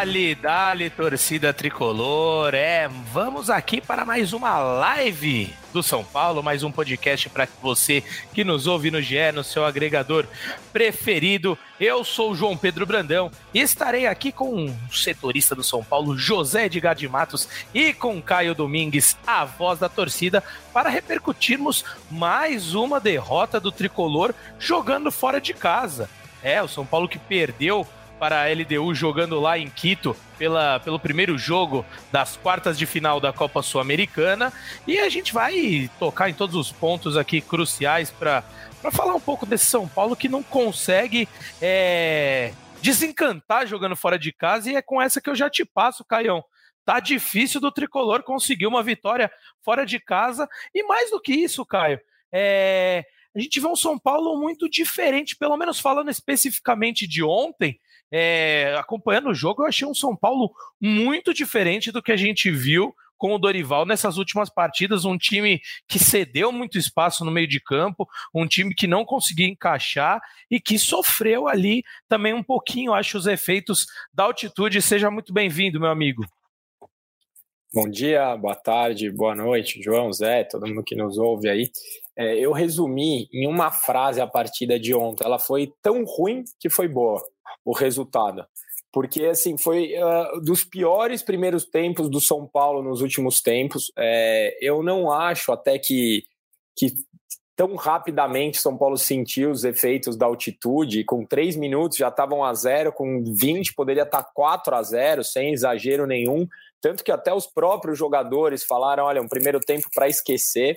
Dale, torcida tricolor. Vamos aqui para mais uma live do São Paulo, mais um podcast para você que nos ouve no GE, no seu agregador preferido. Eu sou o João Pedro Brandão e estarei aqui com o setorista do São Paulo, José Edgar de Matos, e com Caio Domingues, a voz da torcida, para repercutirmos mais uma derrota do tricolor jogando fora de casa. O São Paulo que perdeu para a LDU jogando lá em Quito pelo primeiro jogo das quartas de final da Copa Sul-Americana, e a gente vai tocar em todos os pontos aqui cruciais para falar um pouco desse São Paulo que não consegue desencantar jogando fora de casa, e é com essa que eu já te passo, Caião. Tá difícil do tricolor conseguir uma vitória fora de casa, e mais do que isso, Caio, a gente vê um São Paulo muito diferente, pelo menos falando especificamente de ontem. Acompanhando o jogo, eu achei um São Paulo muito diferente do que a gente viu com o Dorival nessas últimas partidas, um time que cedeu muito espaço no meio de campo, um time que não conseguia encaixar e que sofreu ali também um pouquinho, acho, os efeitos da altitude. Seja muito bem-vindo, meu amigo. Bom dia, boa tarde, boa noite, João, Zé, todo mundo que nos ouve aí. Eu resumi em uma frase a partida de ontem. Ela foi tão ruim que foi boa, o resultado. Porque, assim, foi dos piores primeiros tempos do São Paulo nos últimos tempos. Eu não acho até que tão rapidamente São Paulo sentiu os efeitos da altitude. Com 3 minutos já estavam 1-0, com 20 poderia estar 4-0, sem exagero nenhum. Tanto que até os próprios jogadores falaram, olha, um primeiro tempo para esquecer.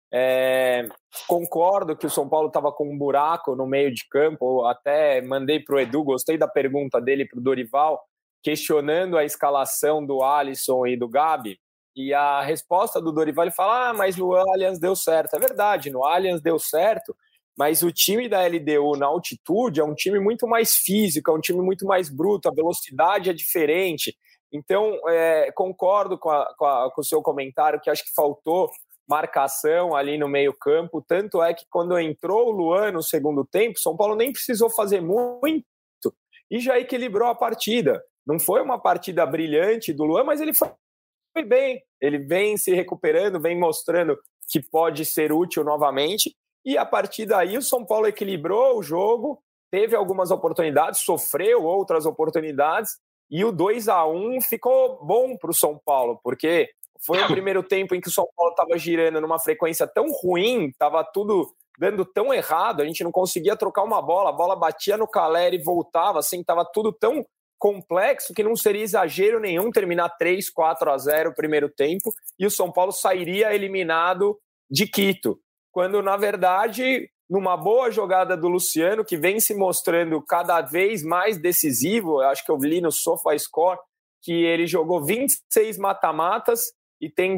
Concordo que o São Paulo estava com um buraco no meio de campo, até mandei para o Edu, gostei da pergunta dele para o Dorival, questionando a escalação do Alisson e do Gabi, e a resposta do Dorival, ele fala, mas no Allianz deu certo. É verdade, no Allianz deu certo, mas o time da LDU na altitude é um time muito mais físico, é um time muito mais bruto, a velocidade é diferente. Então, concordo com o seu comentário, que acho que faltou marcação ali no meio campo, tanto é que quando entrou o Luan no segundo tempo, São Paulo nem precisou fazer muito e já equilibrou a partida. Não foi uma partida brilhante do Luan, mas ele foi bem, ele vem se recuperando, vem mostrando que pode ser útil novamente, e a partir daí o São Paulo equilibrou o jogo, teve algumas oportunidades, sofreu outras oportunidades, e o 2-1 ficou bom para o São Paulo, porque foi o primeiro tempo em que o São Paulo estava girando numa frequência tão ruim, estava tudo dando tão errado, a gente não conseguia trocar uma bola, a bola batia no Calera e voltava, assim, estava tudo tão complexo que não seria exagero nenhum terminar 3-4-0 o primeiro tempo e o São Paulo sairia eliminado de Quito. Quando, na verdade, numa boa jogada do Luciano, que vem se mostrando cada vez mais decisivo, eu acho que eu li no SofaScore que ele jogou 26 mata-matas e tem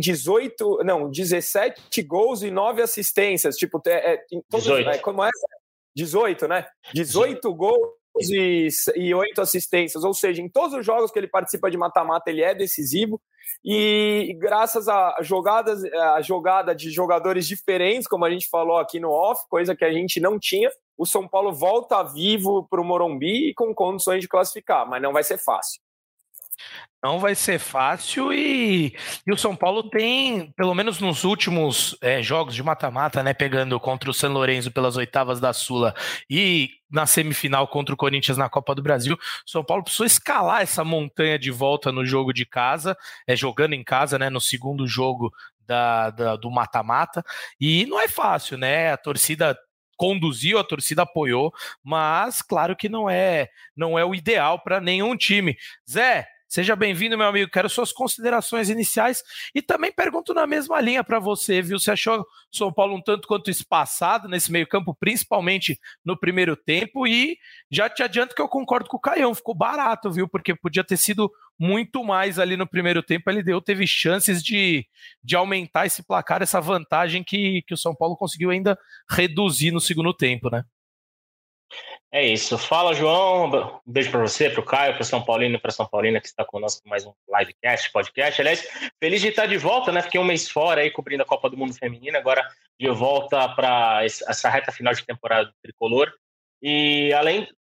17 gols e 9 assistências. Tipo, 18. Como é? 18, né? 18 gols e 8 assistências. Ou seja, em todos os jogos que ele participa de mata-mata, ele é decisivo. E graças a jogada de jogadores diferentes, como a gente falou aqui no off, coisa que a gente não tinha, o São Paulo volta vivo para o Morumbi e com condições de classificar, mas não vai ser fácil. Não vai ser fácil, e o São Paulo tem, pelo menos nos últimos jogos de mata-mata, né, pegando contra o San Lorenzo pelas oitavas da Sula e na semifinal contra o Corinthians na Copa do Brasil, o São Paulo precisou escalar essa montanha de volta no jogo de casa, jogando em casa, né, no segundo jogo do mata-mata, e não é fácil, né, a torcida conduziu, a torcida apoiou, mas claro que não é o ideal para nenhum time. Zé, seja bem-vindo, meu amigo. Quero suas considerações iniciais e também pergunto na mesma linha para você, viu? Você achou o São Paulo um tanto quanto espaçado nesse meio-campo, principalmente no primeiro tempo? E já te adianto que eu concordo com o Caião, ficou barato, viu? Porque podia ter sido muito mais ali no primeiro tempo. A LDU teve chances de aumentar esse placar, essa vantagem que o São Paulo conseguiu ainda reduzir no segundo tempo, né? É isso. Fala, João. Um beijo para você, para o Caio, para o São Paulino e para a São Paulina que está conosco em mais um livecast, podcast. Aliás, feliz de estar de volta, né? Fiquei um mês fora aí cobrindo a Copa do Mundo Feminina, agora de volta para essa reta final de temporada do Tricolor. E além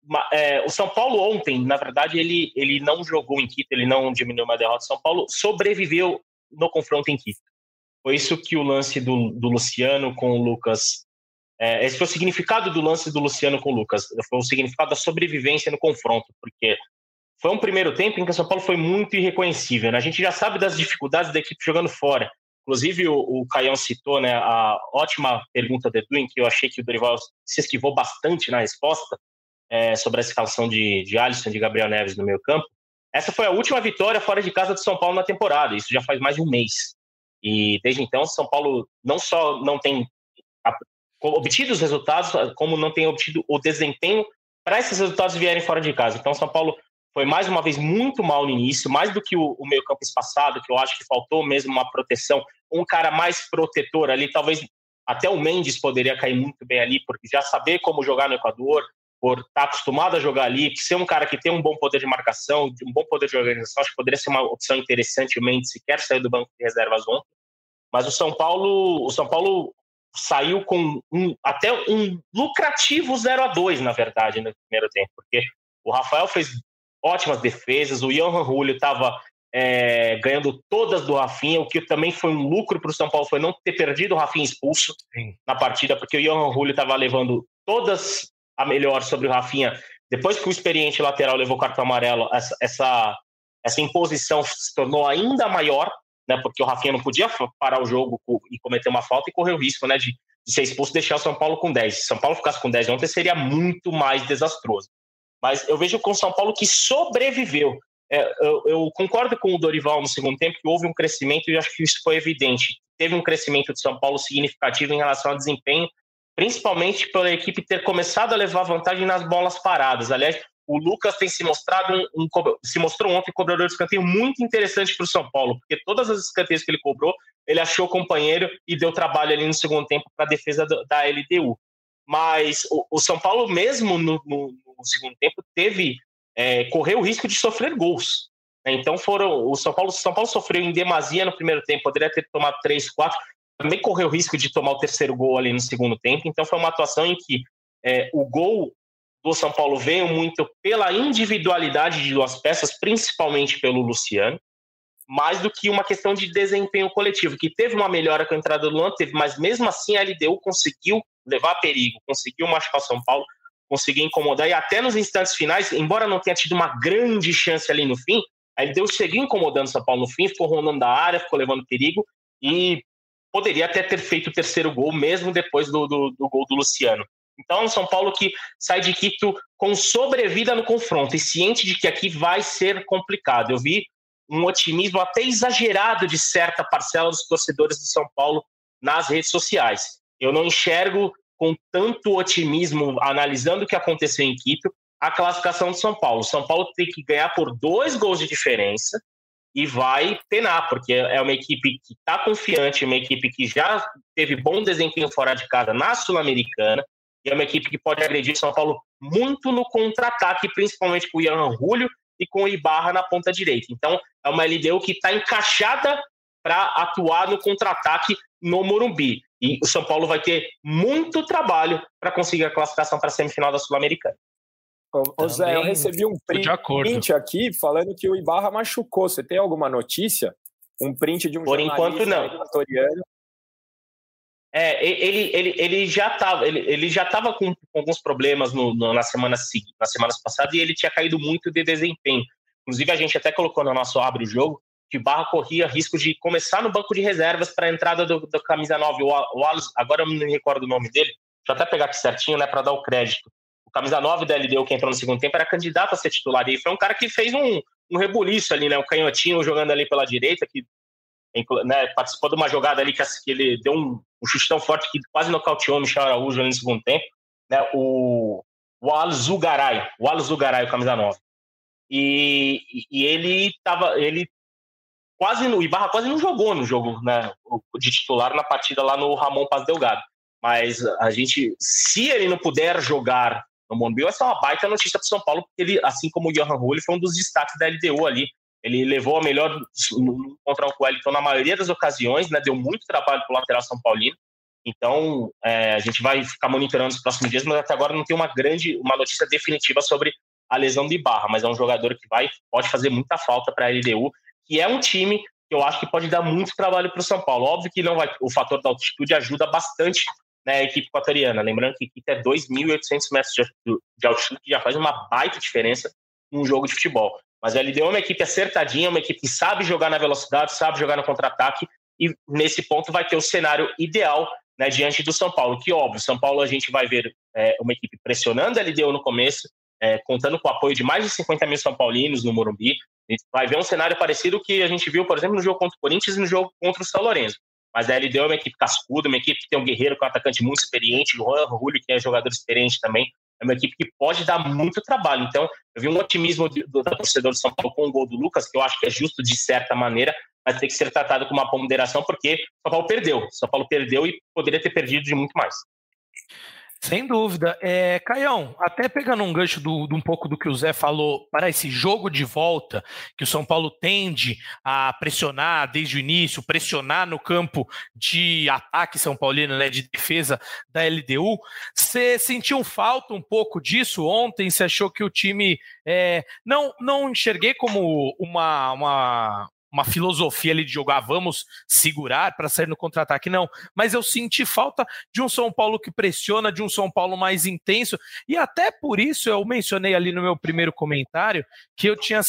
O São Paulo ontem, na verdade, ele não jogou em Quito, ele não diminuiu uma derrota. O São Paulo sobreviveu no confronto em Quito. Foi isso que o lance do Luciano com o Lucas... esse foi o significado do lance do Luciano com o Lucas. Foi o significado da sobrevivência no confronto, porque foi um primeiro tempo em que o São Paulo foi muito irreconhecível, né? A gente já sabe das dificuldades da equipe jogando fora. Inclusive, o Caião citou, né, a ótima pergunta do Edu, em que eu achei que o Dorival se esquivou bastante na resposta, sobre a escalação de Alisson e de Gabriel Neves no meio campo. Essa foi a última vitória fora de casa do São Paulo na temporada, isso já faz mais de um mês. E desde então, o São Paulo não só não tem obtido os resultados, como não tem obtido o desempenho para esses resultados vierem fora de casa. Então, o São Paulo foi mais uma vez muito mal no início, mais do que o meio campo espaçado, que eu acho que faltou mesmo uma proteção, um cara mais protetor ali, talvez até o Mendes poderia cair muito bem ali, porque já saber como jogar no Equador, por estar acostumado a jogar ali, ser um cara que tem um bom poder de marcação, um bom poder de organização, acho que poderia ser uma opção interessante. O Mendes sequer saiu do banco de reservas ontem, mas o São Paulo saiu com até um lucrativo 0-2, na verdade, no primeiro tempo, porque o Rafael fez ótimas defesas, o Johan Julio estava ganhando todas do Rafinha, o que também foi um lucro para o São Paulo, foi não ter perdido o Rafinha expulso na partida, porque o Johan Julio estava levando todas a melhor sobre o Rafinha. Depois que o experiente lateral levou o cartão amarelo, essa imposição se tornou ainda maior, né, porque o Rafinha não podia parar o jogo e cometer uma falta e correr o risco, né, de ser expulso e deixar o São Paulo com 10. Se o São Paulo ficasse com 10 ontem, seria muito mais desastroso. Mas eu vejo com o São Paulo que sobreviveu. Eu concordo com o Dorival no segundo tempo, que houve um crescimento, e eu acho que isso foi evidente. Teve um crescimento de São Paulo significativo em relação ao desempenho, principalmente pela equipe ter começado a levar vantagem nas bolas paradas. Aliás, o Lucas tem se mostrou ontem um cobrador de escanteio muito interessante para o São Paulo, porque todas as escanteios que ele cobrou, ele achou o companheiro e deu trabalho ali no segundo tempo para a defesa da LDU. Mas o São Paulo, mesmo no segundo tempo, correu o risco de sofrer gols. Então o São Paulo sofreu em demasia no primeiro tempo, poderia ter tomado 3, 4, também correu o risco de tomar o terceiro gol ali no segundo tempo. Então foi uma atuação em que o gol do São Paulo veio muito pela individualidade de duas peças, principalmente pelo Luciano, mais do que uma questão de desempenho coletivo, que teve uma melhora com a entrada do Luan, mas mesmo assim a LDU conseguiu levar perigo, conseguiu machucar o São Paulo, conseguiu incomodar, e até nos instantes finais, embora não tenha tido uma grande chance ali no fim, a LDU seguiu incomodando o São Paulo no fim, ficou rondando da área, ficou levando perigo, e poderia até ter feito o terceiro gol, mesmo depois do gol do Luciano. Então, o São Paulo que sai de Quito com sobrevida no confronto e ciente de que aqui vai ser complicado. Eu vi um otimismo até exagerado de certa parcela dos torcedores do São Paulo nas redes sociais. Eu não enxergo com tanto otimismo, analisando o que aconteceu em Quito, a classificação do São Paulo. O São Paulo tem que ganhar por 2 gols de diferença e vai penar, porque é uma equipe que está confiante, uma equipe que já teve bom desempenho fora de casa na Sul-Americana, e é uma equipe que pode agredir o São Paulo muito no contra-ataque, principalmente com o Johan Julio e com o Ibarra na ponta direita. Então, é uma LDU que está encaixada para atuar no contra-ataque no Morumbi. E o São Paulo vai ter muito trabalho para conseguir a classificação para a semifinal da Sul-Americana. Ô Zé, eu recebi um print aqui falando que o Ibarra machucou. Você tem alguma notícia? Um print de um Por enquanto, não. Equatoriano. Ele já estava com alguns problemas nas semanas passadas, e ele tinha caído muito de desempenho. Inclusive, a gente até colocou no nosso Abre o Jogo que Barra corria risco de começar no banco de reservas para a entrada do camisa 9. O Alisson, agora eu não me recordo o nome dele, deixa eu até pegar aqui certinho, né, para dar o crédito. O camisa 9 da LDU que entrou no segundo tempo era candidato a ser titular, e foi um cara que fez um rebuliço ali, né, um canhotinho jogando ali pela direita, que, né, participou de uma jogada ali que ele deu um chute tão forte que quase nocauteou o Michel Araújo ali no segundo tempo, né, o Al-Zugaray, o camisa 9. E ele o Ibarra quase não jogou no jogo, né, de titular na partida lá no Ramon Paz Delgado. Mas se ele não puder jogar no Morumbi, vai ser uma baita notícia para o São Paulo, porque ele, assim como o Johan Julio, foi um dos destaques da LDU ali. Ele levou a melhor contra o Wellington na maioria das ocasiões, né, deu muito trabalho para o lateral São Paulino. Então, a gente vai ficar monitorando nos próximos dias, mas até agora não tem uma notícia definitiva sobre a lesão de Ibarra, mas é um jogador que pode fazer muita falta para a LDU, que é um time que eu acho que pode dar muito trabalho para o São Paulo. Óbvio que o fator da altitude ajuda bastante, né, a equipe equatoriana. Lembrando que a equipe é 2.800 metros de altitude, que já faz uma baita diferença num jogo de futebol. Mas a LDU é uma equipe acertadinha, uma equipe que sabe jogar na velocidade, sabe jogar no contra-ataque, e nesse ponto vai ter o cenário ideal, né, diante do São Paulo, que óbvio, São Paulo a gente vai ver uma equipe pressionando a LDU no começo, contando com o apoio de mais de 50 mil São Paulinos no Morumbi. A gente vai ver um cenário parecido que a gente viu, por exemplo, no jogo contra o Corinthians e no jogo contra o São Lourenço. Mas a LDU é uma equipe cascuda, uma equipe que tem um Guerreiro, que é um atacante muito experiente, o Juan Julio, que é jogador experiente também, é uma equipe que pode dar muito trabalho. Então, eu vi um otimismo da torcedor do São Paulo com o gol do Lucas, que eu acho que é justo de certa maneira, mas tem que ser tratado com uma ponderação, porque o São Paulo perdeu. O São Paulo perdeu e poderia ter perdido de muito mais. Sem dúvida. Caião, até pegando um gancho de um pouco do que o Zé falou, para esse jogo de volta, que o São Paulo tende a pressionar desde o início, pressionar no campo de ataque São Paulino, né, de defesa da LDU, você sentiu falta um pouco disso ontem? Você achou que o time... não enxerguei como uma filosofia ali de jogar, vamos segurar para sair no contra-ataque, não. Mas eu senti falta de um São Paulo que pressiona, de um São Paulo mais intenso, e até por isso eu mencionei ali no meu primeiro comentário que eu tinha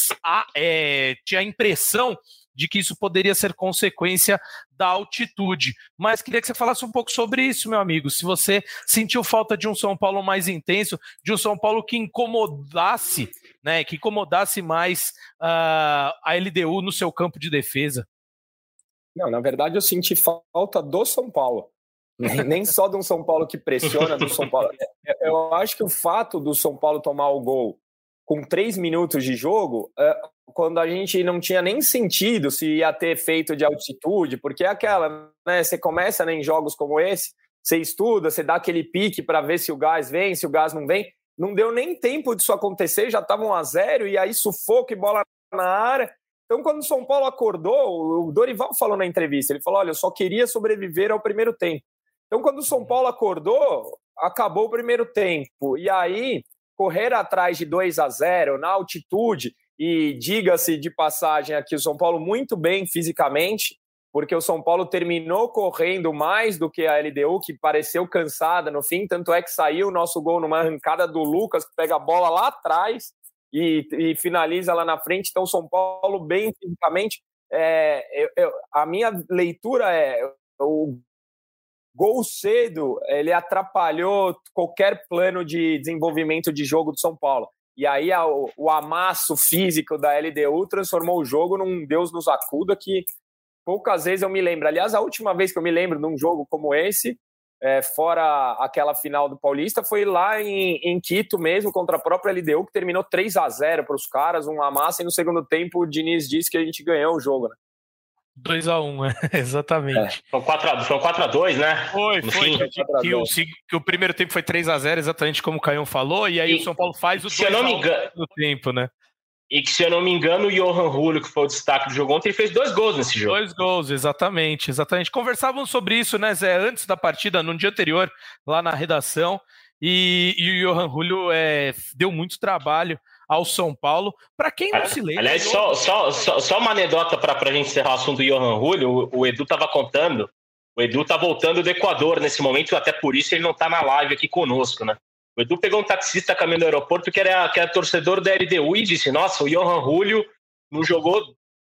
a impressão de que isso poderia ser consequência da altitude. Mas queria que você falasse um pouco sobre isso, meu amigo. Se você sentiu falta de um São Paulo mais intenso, de um São Paulo que incomodasse, né, que incomodasse mais a LDU no seu campo de defesa. Não, na verdade eu senti falta do São Paulo. Nem só de um São Paulo que pressiona, do São Paulo. Eu acho que o fato do São Paulo tomar o gol com 3 minutos de jogo, quando a gente não tinha nem sentido se ia ter efeito de altitude, porque é aquela, né? Você começa, né, em jogos como esse, você estuda, você dá aquele pique para ver se o gás vem, se o gás não vem. Não deu nem tempo disso acontecer, já estava 1-0, e aí sufoco e bola na área. Então, quando o São Paulo acordou, o Dorival falou na entrevista, ele falou, olha, eu só queria sobreviver ao primeiro tempo. Então, quando o São Paulo acordou, acabou o primeiro tempo. E aí, correr atrás de 2-0 na altitude, e diga-se de passagem aqui, o São Paulo muito bem fisicamente, porque o São Paulo terminou correndo mais do que a LDU, que pareceu cansada no fim, tanto é que saiu o nosso gol numa arrancada do Lucas, que pega a bola lá atrás e finaliza lá na frente. Então, o São Paulo bem fisicamente. A minha leitura o gol cedo, ele atrapalhou qualquer plano de desenvolvimento de jogo do São Paulo. E aí o amasso físico da LDU transformou o jogo num Deus nos acuda, que poucas vezes eu me lembro. Aliás, a última vez que eu me lembro de um jogo como esse, fora aquela final do Paulista, foi lá em Quito mesmo, contra a própria LDU, que terminou 3-0 para os caras, um amasso, e no segundo tempo o Diniz disse que a gente ganhou o jogo, né? 2-1, exatamente. Foi 4-2, né? Foi que o primeiro tempo foi 3-0, exatamente como o Caião falou, e aí o São Paulo faz o 2-1 no tempo, né? E que, se eu não me engano, o Johan Julio, que foi o destaque do jogo ontem, ele fez 2 gols nesse jogo. 2 gols, exatamente. Conversávamos sobre isso, né, Zé, antes da partida, no dia anterior, lá na redação, e o Johan Julio deu muito trabalho ao São Paulo. Para quem não se lembra... Aliás, só uma anedota para a gente encerrar o assunto do Johan Julio. O Edu estava contando, o Edu está voltando do Equador nesse momento, até por isso ele não está na live aqui conosco, né? O Edu pegou um taxista caminho do aeroporto que era torcedor da LDU e disse, nossa, o Johan Julio não jogou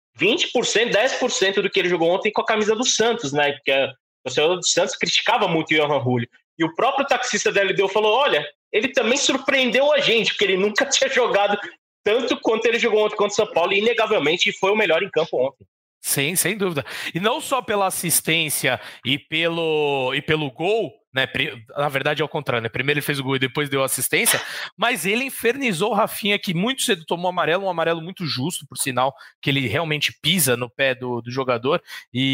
20%, 10% do que ele jogou ontem com a camisa do Santos, né? Porque o torcedor do Santos criticava muito o Johan Julio. E o próprio taxista da LDU falou, olha, ele também surpreendeu a gente, porque ele nunca tinha jogado tanto quanto ele jogou ontem contra o São Paulo, e inegavelmente foi o melhor em campo ontem. Sim, sem dúvida. E não só pela assistência e pelo gol, né? Na verdade é ao contrário, né? Primeiro ele fez o gol e depois deu assistência, mas ele infernizou o Rafinha, que muito cedo tomou amarelo, um amarelo muito justo, por sinal, que ele realmente pisa no pé do jogador,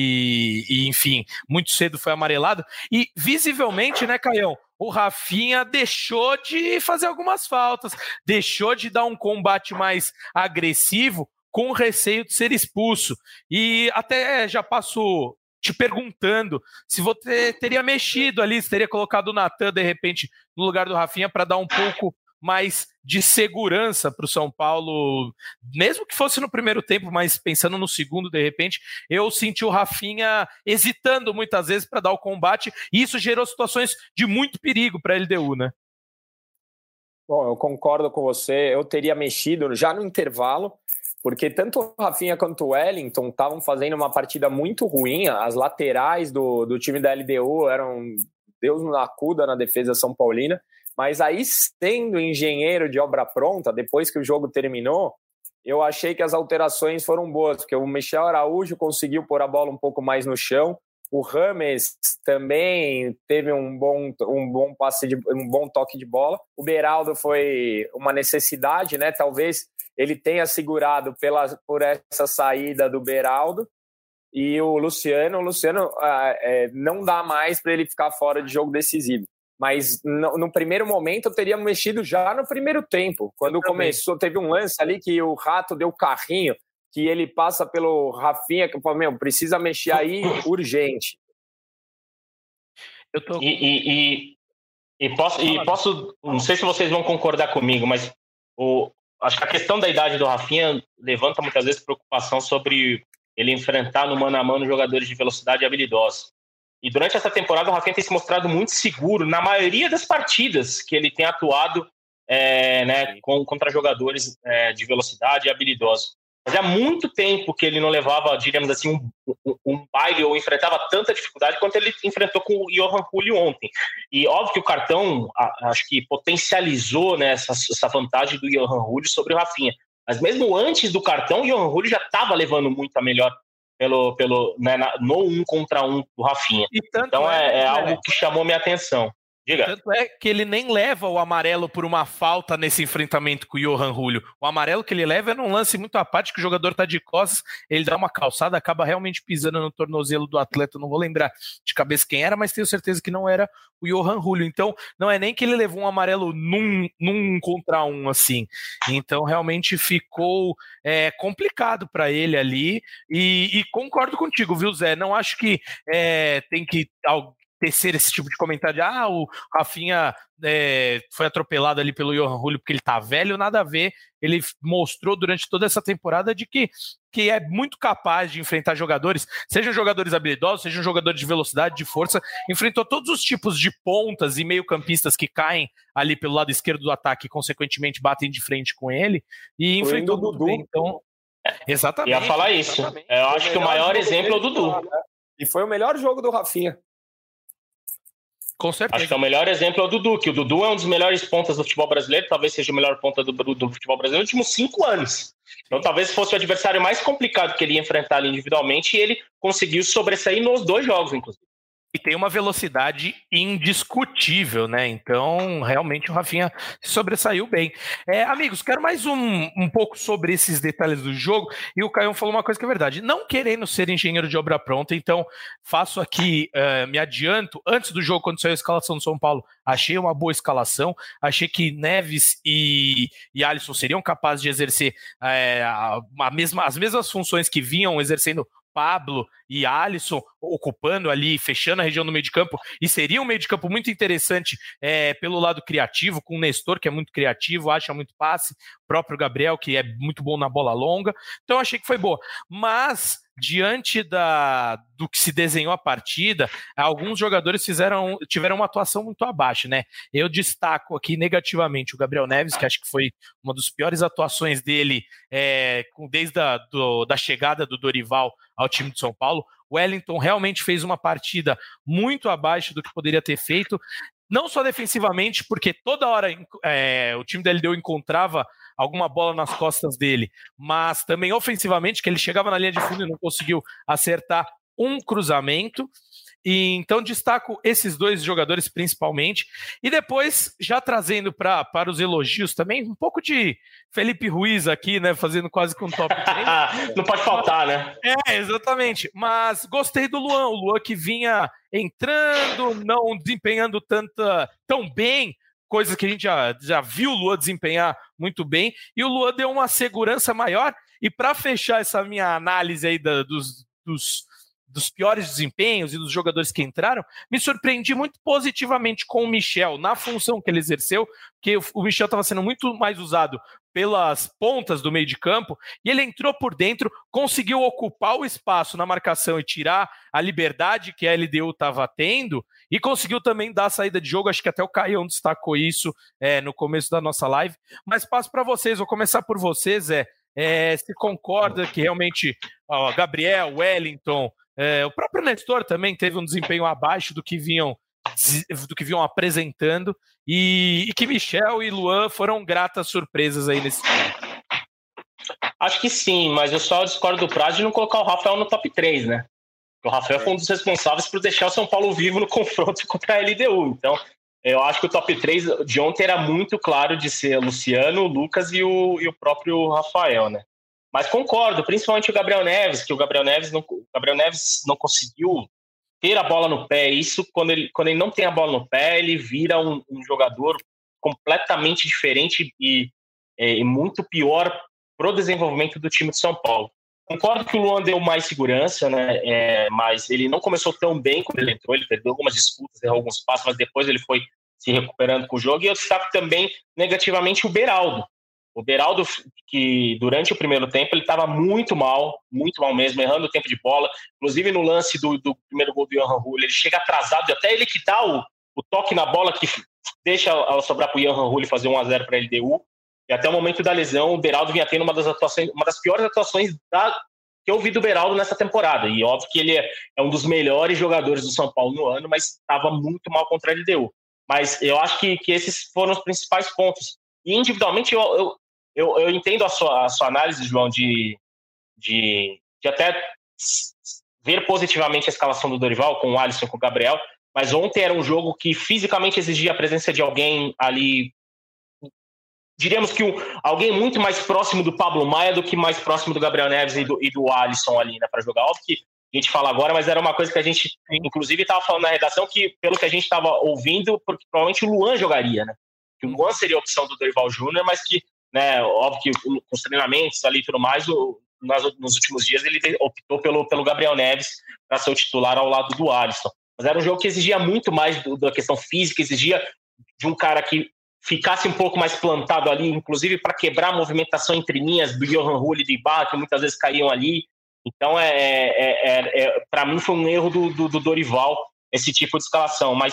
e enfim, muito cedo foi amarelado, e visivelmente, né, Caião, o Rafinha deixou de fazer algumas faltas, deixou de dar um combate mais agressivo, com receio de ser expulso. E até já passo te perguntando se você teria mexido ali, se teria colocado o Natan, de repente, no lugar do Rafinha para dar um pouco mais de segurança para o São Paulo, mesmo que fosse no primeiro tempo, mas pensando no segundo, de repente, eu senti o Rafinha hesitando muitas vezes para dar o combate, e isso gerou situações de muito perigo para a LDU, né? Bom, eu concordo com você, eu teria mexido já no intervalo, porque tanto o Rafinha quanto o Wellington estavam fazendo uma partida muito ruim, as laterais do time da LDU eram Deus na acuda na defesa São Paulina, mas aí, sendo engenheiro de obra pronta, depois que o jogo terminou, eu achei que as alterações foram boas, porque o Michel Araújo conseguiu pôr a bola um pouco mais no chão, o Rames também teve um bom passe, um bom toque de bola. O Beraldo foi uma necessidade, né? Talvez ele tenha segurado por essa saída do Beraldo. E o Luciano não dá mais para ele ficar fora de jogo decisivo. Mas no primeiro momento eu teria mexido já no primeiro tempo. Quando começou, teve um lance ali que o Rato deu carrinho, que ele passa pelo Rafinha, que eu falei, precisa mexer aí urgente. Eu tô... posso, não sei se vocês vão concordar comigo, mas acho que a questão da idade do Rafinha levanta muitas vezes preocupação sobre ele enfrentar no mano a mano jogadores de velocidade e habilidosos. E durante essa temporada o Rafinha tem se mostrado muito seguro na maioria das partidas que ele tem atuado contra jogadores de velocidade e habilidosos. Fazia muito tempo que ele não levava, diríamos assim, um baile ou enfrentava tanta dificuldade quanto ele enfrentou com o Johan Julio ontem. E óbvio que o cartão, acho que potencializou, né, essa vantagem do Johan Julio sobre o Rafinha. Mas mesmo antes do cartão, o Johan Julio já estava levando muito a melhor no 1 contra 1 do Rafinha. Então é algo que chamou minha atenção. Diga. Tanto é que ele nem leva o amarelo por uma falta nesse enfrentamento com o Johan Julio. O amarelo que ele leva é num lance muito à parte, que o jogador tá de costas, ele dá uma calçada, acaba realmente pisando no tornozelo do atleta. Não vou lembrar de cabeça quem era, mas tenho certeza que não era o Johan Julio. Então, não é nem que ele levou um amarelo num contra um, assim. Então, realmente ficou complicado para ele ali. E concordo contigo, viu, Zé? Não acho que tem que tecer esse tipo de comentário de o Rafinha foi atropelado ali pelo Johan Julio porque ele tá velho, nada a ver. Ele mostrou durante toda essa temporada de que é muito capaz de enfrentar jogadores, sejam jogadores habilidosos, sejam jogadores de velocidade, de força, enfrentou todos os tipos de pontas e meio-campistas que caem ali pelo lado esquerdo do ataque e consequentemente batem de frente com ele, e enfrentou o Dudu. Então, exatamente. Ia falar isso. Eu acho que o maior exemplo é o Dudu. E foi o melhor jogo do Rafinha. Com certeza. Acho que o melhor exemplo é o Dudu, que o Dudu é um dos melhores pontas do futebol brasileiro, talvez seja o melhor ponta do futebol brasileiro nos últimos 5 anos. Então talvez fosse o adversário mais complicado que ele ia enfrentar ali individualmente, e ele conseguiu sobressair nos 2 jogos, inclusive. E tem uma velocidade indiscutível, né? Então, realmente, o Rafinha sobressaiu bem. Amigos, quero mais um pouco sobre esses detalhes do jogo. E o Caio falou uma coisa que é verdade. Não querendo ser engenheiro de obra pronta, então faço aqui, me adianto. Antes do jogo, quando saiu a escalação do São Paulo, achei uma boa escalação. Achei que Neves e Alisson seriam capazes de exercer as mesmas funções que vinham exercendo Pablo e Alisson, ocupando ali, fechando a região do meio de campo, e seria um meio de campo muito interessante pelo lado criativo, com o Nestor, que é muito criativo, acha muito passe, o próprio Gabriel, que é muito bom na bola longa. Então achei que foi boa, mas diante do que se desenhou a partida, alguns jogadores tiveram uma atuação muito abaixo, né? Eu destaco aqui negativamente o Gabriel Neves, que acho que foi uma das piores atuações dele desde da chegada do Dorival ao time de São Paulo. O Wellington realmente fez uma partida muito abaixo do que poderia ter feito, não só defensivamente, porque toda hora o time da LDU encontrava alguma bola nas costas dele, mas também ofensivamente, que ele chegava na linha de fundo e não conseguiu acertar um cruzamento. E então destaco esses 2 jogadores principalmente, e depois já trazendo para os elogios também um pouco de Felipe Ruiz aqui, né, fazendo quase que um top 3. Não pode faltar, né? Exatamente, mas gostei do Luan, o Luan que vinha entrando, não desempenhando tão bem, coisas que a gente já viu o Luan desempenhar muito bem, e o Luan deu uma segurança maior. E para fechar essa minha análise aí dos dos piores desempenhos e dos jogadores que entraram, me surpreendi muito positivamente com o Michel, na função que ele exerceu, porque o Michel estava sendo muito mais usado pelas pontas do meio de campo, e ele entrou por dentro, conseguiu ocupar o espaço na marcação e tirar a liberdade que a LDU estava tendo, e conseguiu também dar a saída de jogo. Acho que até o Caião destacou isso no começo da nossa live, mas passo para vocês, vou começar por vocês, se concorda que realmente Gabriel, Wellington, o próprio Nestor também teve um desempenho abaixo do que vinham apresentando, e que Michel e Luan foram gratas surpresas aí nesse time. Acho que sim, mas eu só discordo do Praz de não colocar o Rafael no top 3, né? O Rafael foi um dos responsáveis por deixar o São Paulo vivo no confronto contra a LDU. Então, eu acho que o top 3 de ontem era muito claro de ser Luciano, o Lucas e o próprio Rafael, né? Mas concordo, principalmente o Gabriel Neves, que o Gabriel Neves não conseguiu ter a bola no pé. Isso, quando ele não tem a bola no pé, ele vira um jogador completamente diferente e muito pior para o desenvolvimento do time de São Paulo. Concordo que o Luan deu mais segurança, né? Mas ele não começou tão bem quando ele entrou, ele perdeu algumas disputas, errou alguns passos, mas depois ele foi se recuperando com o jogo. E eu destaco também negativamente o Beraldo. O Beraldo, que durante o primeiro tempo ele estava muito mal mesmo, errando o tempo de bola. Inclusive no lance do primeiro gol do Johan Rulli, ele chega atrasado, até ele que dá o toque na bola que deixa ela sobrar para o Johan Rulli fazer 1-0 para a LDU. E até o momento da lesão, o Beraldo vinha tendo uma das piores atuações que eu vi do Beraldo nessa temporada. E óbvio que ele é um dos melhores jogadores do São Paulo no ano, mas estava muito mal contra a LDU. Mas eu acho que esses foram os principais pontos. E individualmente eu entendo a sua análise, João, de até ver positivamente a escalação do Dorival com o Alisson, com o Gabriel, mas ontem era um jogo que fisicamente exigia a presença de alguém ali, diríamos que alguém muito mais próximo do Pablo Maia do que mais próximo do Gabriel Neves e do Alisson ali, né, para jogar. Óbvio que a gente fala agora, mas era uma coisa que a gente, inclusive, estava falando na redação, que pelo que a gente estava ouvindo, porque provavelmente o Luan jogaria, né? Que o Luan seria a opção do Dorival Júnior, mas que, né, óbvio que com os treinamentos ali e tudo mais, nos últimos dias ele optou pelo Gabriel Neves para ser o titular ao lado do Alisson. Mas era um jogo que exigia muito mais da questão física, exigia de um cara que ficasse um pouco mais plantado ali, inclusive para quebrar a movimentação entre linhas do Johan Rulli e do Ibarra, que muitas vezes caíam ali. Então, para mim, foi um erro do Dorival esse tipo de escalação. Mas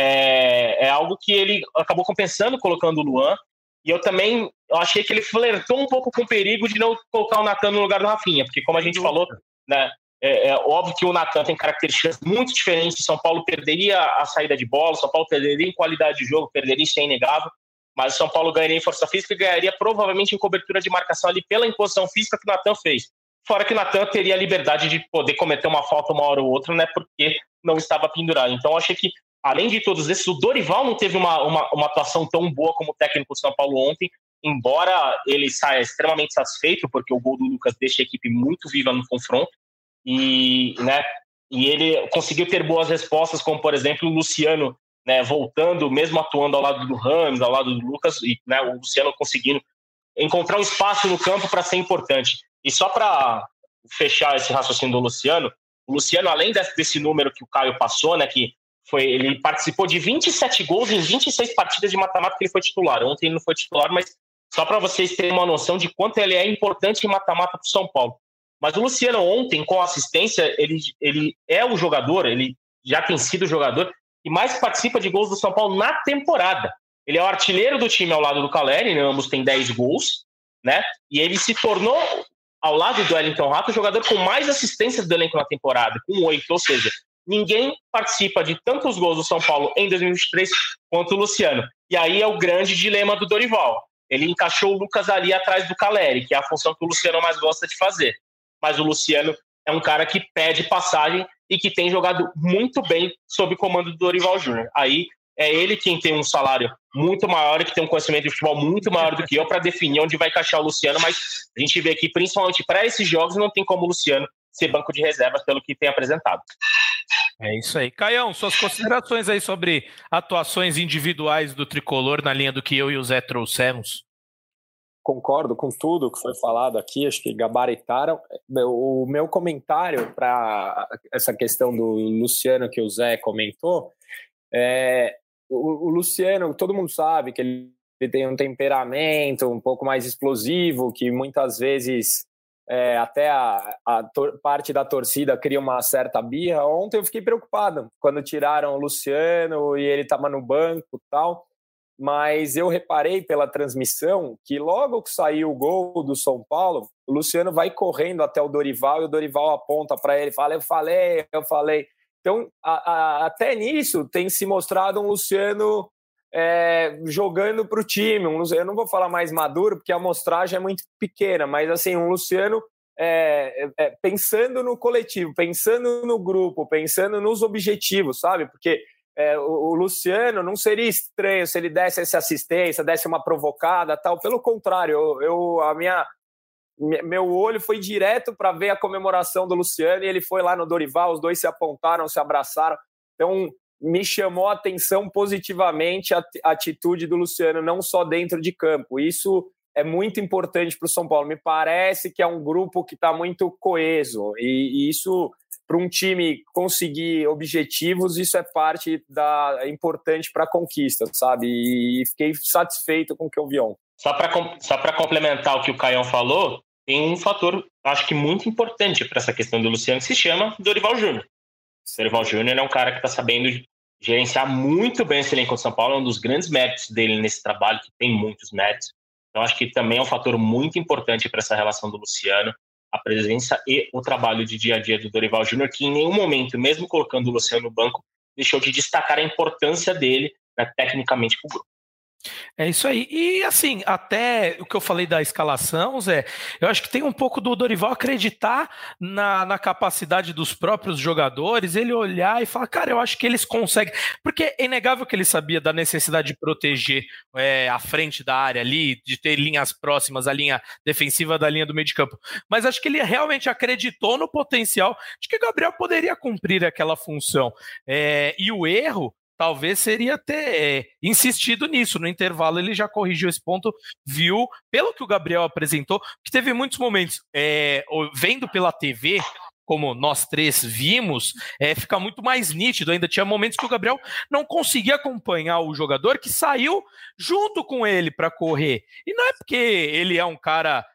é algo que ele acabou compensando colocando o Luan. E eu achei que ele flertou um pouco com o perigo de não colocar o Natan no lugar do Rafinha, porque como a gente falou, né, é óbvio que o Natan tem características muito diferentes. O São Paulo perderia a saída de bola, o São Paulo perderia em qualidade de jogo, perderia, isso é inegável. Mas o São Paulo ganharia em força física e ganharia provavelmente em cobertura de marcação ali pela imposição física que o Natan fez. Fora que o Natan teria a liberdade de poder cometer uma falta uma hora ou outra, né, porque não estava pendurado. Então, eu achei que, além de todos esses, o Dorival não teve uma atuação tão boa como o técnico do São Paulo ontem, embora ele saia extremamente satisfeito, porque o gol do Lucas deixa a equipe muito viva no confronto, e ele conseguiu ter boas respostas, como, por exemplo, o Luciano, né, voltando, mesmo atuando ao lado do Ramos, ao lado do Lucas, e, né, o Luciano conseguindo encontrar um espaço no campo para ser importante. E só para fechar esse raciocínio do Luciano, o Luciano, além desse número que o Caio passou, né, que ele participou de 27 gols em 26 partidas de mata-mata que ele foi titular. Ontem ele não foi titular, mas só para vocês terem uma noção de quanto ele é importante em mata-mata para o São Paulo. Mas o Luciano ontem, com assistência, ele é o jogador, ele já tem sido o jogador que mais participa de gols do São Paulo na temporada. Ele é o artilheiro do time ao lado do Caleri, né? Ambos têm 10 gols, né? E ele se tornou, ao lado do Wellington Rato, o jogador com mais assistências do elenco na temporada, com 8, ou seja, ninguém participa de tantos gols do São Paulo em 2023 quanto o Luciano. E aí é o grande dilema do Dorival. Ele encaixou o Lucas ali atrás do Caleri, que é a função que o Luciano mais gosta de fazer. Mas o Luciano é um cara que pede passagem e que tem jogado muito bem sob o comando do Dorival Júnior. Aí é ele quem tem um salário muito maior e que tem um conhecimento de futebol muito maior do que eu para definir onde vai encaixar o Luciano, mas a gente vê que, principalmente para esses jogos, não tem como o Luciano ser banco de reservas pelo que tem apresentado. É isso aí. Caião, suas considerações aí sobre atuações individuais do Tricolor na linha do que eu e o Zé trouxemos? concordo com tudo que foi falado aqui, acho que gabaritaram. O meu comentário para essa questão do Luciano que o Zé comentou, o Luciano, todo mundo sabe que ele tem um temperamento um pouco mais explosivo, que muitas vezes até parte da torcida cria uma certa birra. Ontem eu fiquei preocupado quando tiraram o Luciano e ele estava no banco e tal, mas eu reparei pela transmissão que logo que saiu o gol do São Paulo, o Luciano vai correndo até o Dorival e o Dorival aponta para ele e fala, eu falei. Então, até nisso tem se mostrado um Luciano jogando para o time. Eu não vou falar mais maduro, porque a amostragem é muito pequena, mas assim, um Luciano pensando no coletivo, pensando no grupo, pensando nos objetivos, sabe? Porque o Luciano não seria estranho se ele desse essa assistência, desse uma provocada, tal. Pelo contrário, meu olho foi direto para ver a comemoração do Luciano e ele foi lá no Dorival, os dois se apontaram, se abraçaram. Então, me chamou a atenção positivamente a atitude do Luciano, não só dentro de campo. Isso é muito importante para o São Paulo. Me parece que é um grupo que está muito coeso e isso, para um time conseguir objetivos, isso é importante para a conquista, sabe? E fiquei satisfeito com o que eu vi ontem. Só para complementar o que o Caião falou, tem um fator, acho que muito importante para essa questão do Luciano, que se chama Dorival Júnior. O Dorival Júnior é um cara que está sabendo gerenciar muito bem esse elenco de São Paulo, é um dos grandes méritos dele nesse trabalho, que tem muitos méritos. Então, acho que também é um fator muito importante para essa relação do Luciano, a presença e o trabalho de dia a dia do Dorival Júnior, que em nenhum momento, mesmo colocando o Luciano no banco, deixou de destacar a importância dele, né, tecnicamente para o grupo. É isso aí. E assim, até o que eu falei da escalação, Zé, eu acho que tem um pouco do Dorival acreditar na capacidade dos próprios jogadores, ele olhar e falar, cara, eu acho que eles conseguem. Porque é inegável que ele sabia da necessidade de proteger a frente da área ali, de ter linhas próximas, a linha defensiva da linha do meio de campo. Mas acho que ele realmente acreditou no potencial de que o Gabriel poderia cumprir aquela função. E o erro talvez seria ter insistido nisso. No intervalo ele já corrigiu esse ponto, viu, pelo que o Gabriel apresentou, que teve muitos momentos, vendo pela TV, como nós três vimos, fica muito mais nítido. Ainda tinha momentos que o Gabriel não conseguia acompanhar o jogador que saiu junto com ele para correr. E não é porque ele é um cara...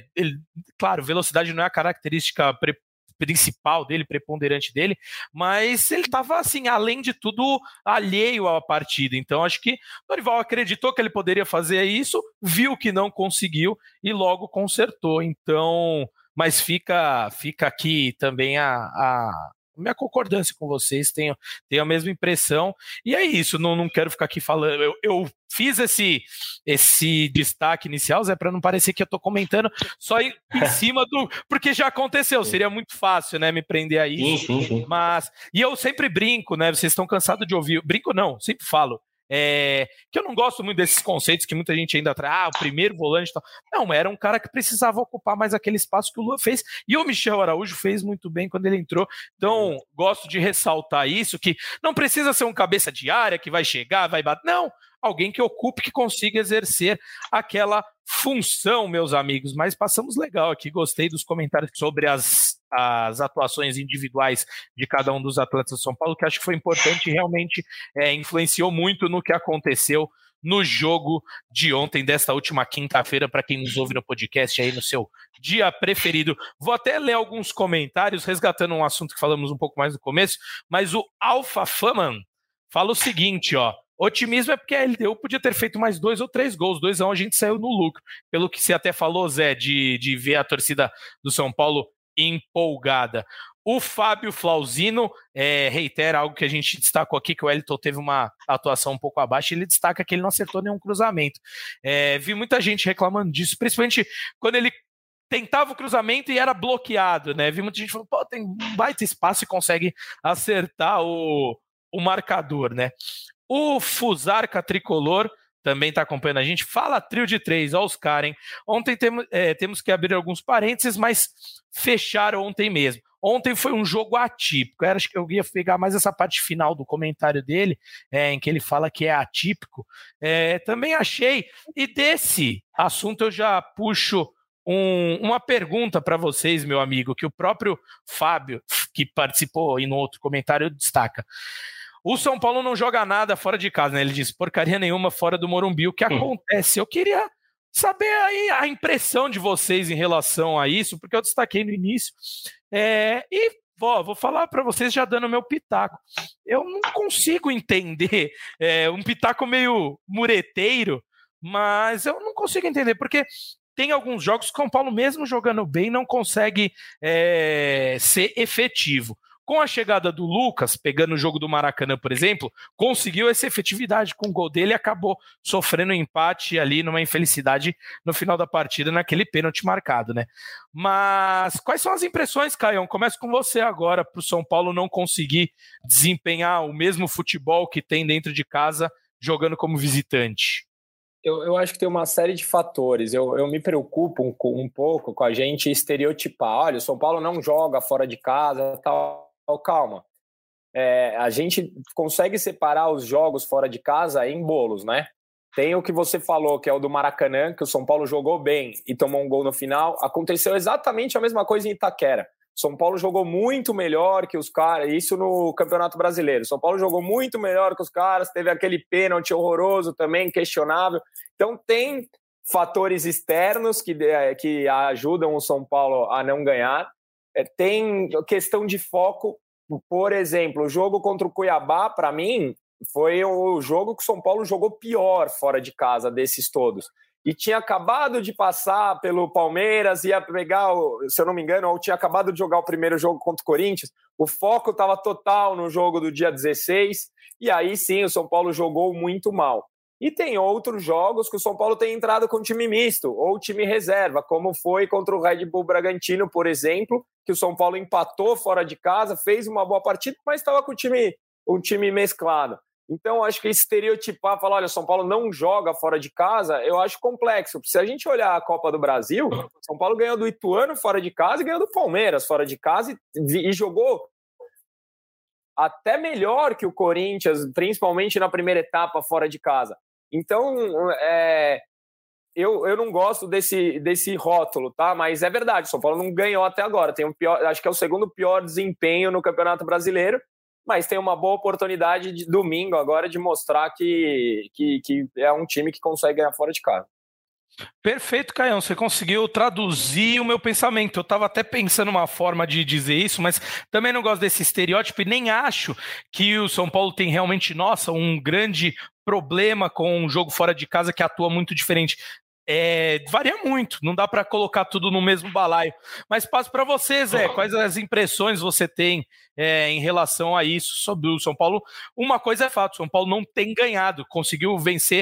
claro, velocidade não é a característica principal dele, preponderante dele, mas ele estava, assim, além de tudo, alheio à partida. Então, acho que o Dorival acreditou que ele poderia fazer isso, viu que não conseguiu e logo consertou. Então, mas fica aqui também a minha concordância com vocês, tenho a mesma impressão, e é isso, não quero ficar aqui falando, eu fiz esse destaque inicial, Zé, para não parecer que eu estou comentando só em cima porque já aconteceu, seria muito fácil, né, me prender a isso, sim. Mas, e eu sempre brinco, né, vocês estão cansados de ouvir, brinco não, sempre falo, que eu não gosto muito desses conceitos que muita gente ainda traz, o primeiro volante e tal. Não, era um cara que precisava ocupar mais aquele espaço que o Luan fez, e o Michel Araújo fez muito bem quando ele entrou. Então, gosto de ressaltar isso, que não precisa ser um cabeça de área que vai chegar, vai bater, não, alguém que ocupe, que consiga exercer aquela função, meus amigos. Mas passamos legal aqui, gostei dos comentários sobre as atuações individuais de cada um dos atletas do São Paulo, que acho que foi importante e realmente influenciou muito no que aconteceu no jogo de ontem, desta última quinta-feira, para quem nos ouve no podcast aí no seu dia preferido. Vou até ler alguns comentários, resgatando um assunto que falamos um pouco mais no começo, mas o Alfa Faman fala o seguinte, ó: otimismo é porque a LDU podia ter feito mais 2 ou 3 gols, 2-1 a gente saiu no lucro. Pelo que você até falou, Zé, de ver a torcida do São Paulo empolgada. O Fábio Flauzino reitera algo que a gente destacou aqui, que o Wellington teve uma atuação um pouco abaixo, ele destaca que ele não acertou nenhum cruzamento. Vi muita gente reclamando disso, principalmente quando ele tentava o cruzamento e era bloqueado, né? Vi muita gente falando, pô, tem um baita espaço e consegue acertar o marcador, né? O Fusarca Tricolor também está acompanhando a gente. Fala, trio de 3, ó os Karen. Ontem temos que abrir alguns parênteses, mas fecharam ontem mesmo. Ontem foi um jogo atípico. Acho que eu ia pegar mais essa parte final do comentário dele, em que ele fala que é atípico. Também achei. E desse assunto eu já puxo uma pergunta para vocês, meu amigo, que o próprio Fábio, que participou e no outro comentário, destaca. O São Paulo não joga nada fora de casa, né? Ele diz, porcaria nenhuma fora do Morumbi. O que acontece? Eu queria saber aí a impressão de vocês em relação a isso, porque eu destaquei no início. Vou falar para vocês já dando meu pitaco. Eu não consigo entender, um pitaco meio mureteiro, mas eu não consigo entender, porque tem alguns jogos que o São Paulo, mesmo jogando bem, não consegue ser efetivo. Com a chegada do Lucas, pegando o jogo do Maracanã, por exemplo, conseguiu essa efetividade com o gol dele e acabou sofrendo um empate ali numa infelicidade no final da partida, naquele pênalti marcado, né? Mas quais são as impressões, Caião? Começo com você agora, para o São Paulo não conseguir desempenhar o mesmo futebol que tem dentro de casa, jogando como visitante. Eu acho que tem uma série de fatores. Eu me preocupo um pouco com a gente estereotipar. Olha, o São Paulo não joga fora de casa, tal. Calma. A gente consegue separar os jogos fora de casa em bolos, né? Tem o que você falou, que é o do Maracanã, que o São Paulo jogou bem e tomou um gol no final. Aconteceu exatamente a mesma coisa em Itaquera. São Paulo jogou muito melhor que os caras, isso no Campeonato Brasileiro. São Paulo jogou muito melhor que os caras, teve aquele pênalti horroroso também, questionável. Então tem fatores externos que ajudam o São Paulo a não ganhar. Tem questão de foco. Por exemplo, o jogo contra o Cuiabá, para mim, foi o jogo que o São Paulo jogou pior fora de casa desses todos. E tinha acabado de passar pelo Palmeiras, ia pegar, se eu não me engano, ou tinha acabado de jogar o primeiro jogo contra o Corinthians, o foco estava total no jogo do dia 16, e aí sim o São Paulo jogou muito mal. E tem outros jogos que o São Paulo tem entrado com time misto, ou time reserva, como foi contra o Red Bull Bragantino, por exemplo, que o São Paulo empatou fora de casa, fez uma boa partida, mas estava com um time mesclado. Então, acho que estereotipar, falar, olha, o São Paulo não joga fora de casa, eu acho complexo. Se a gente olhar a Copa do Brasil, o São Paulo ganhou do Ituano fora de casa e ganhou do Palmeiras fora de casa e jogou até melhor que o Corinthians, principalmente na primeira etapa fora de casa. Então, eu não gosto desse rótulo, tá? Mas é verdade, o São Paulo não ganhou até agora. Tem acho que é o segundo pior desempenho no Campeonato Brasileiro, mas tem uma boa oportunidade de domingo agora de mostrar que é um time que consegue ganhar fora de casa. Perfeito, Caião, você conseguiu traduzir o meu pensamento. Eu estava até pensando uma forma de dizer isso, mas também não gosto desse estereótipo e nem acho que o São Paulo tem realmente, um grande problema com um jogo fora de casa que atua muito diferente. Varia muito, não dá para colocar tudo no mesmo balaio. Mas passo para você, Zé, quais as impressões você tem em relação a isso sobre o São Paulo? Uma coisa é fato, o São Paulo não tem ganhado, conseguiu vencer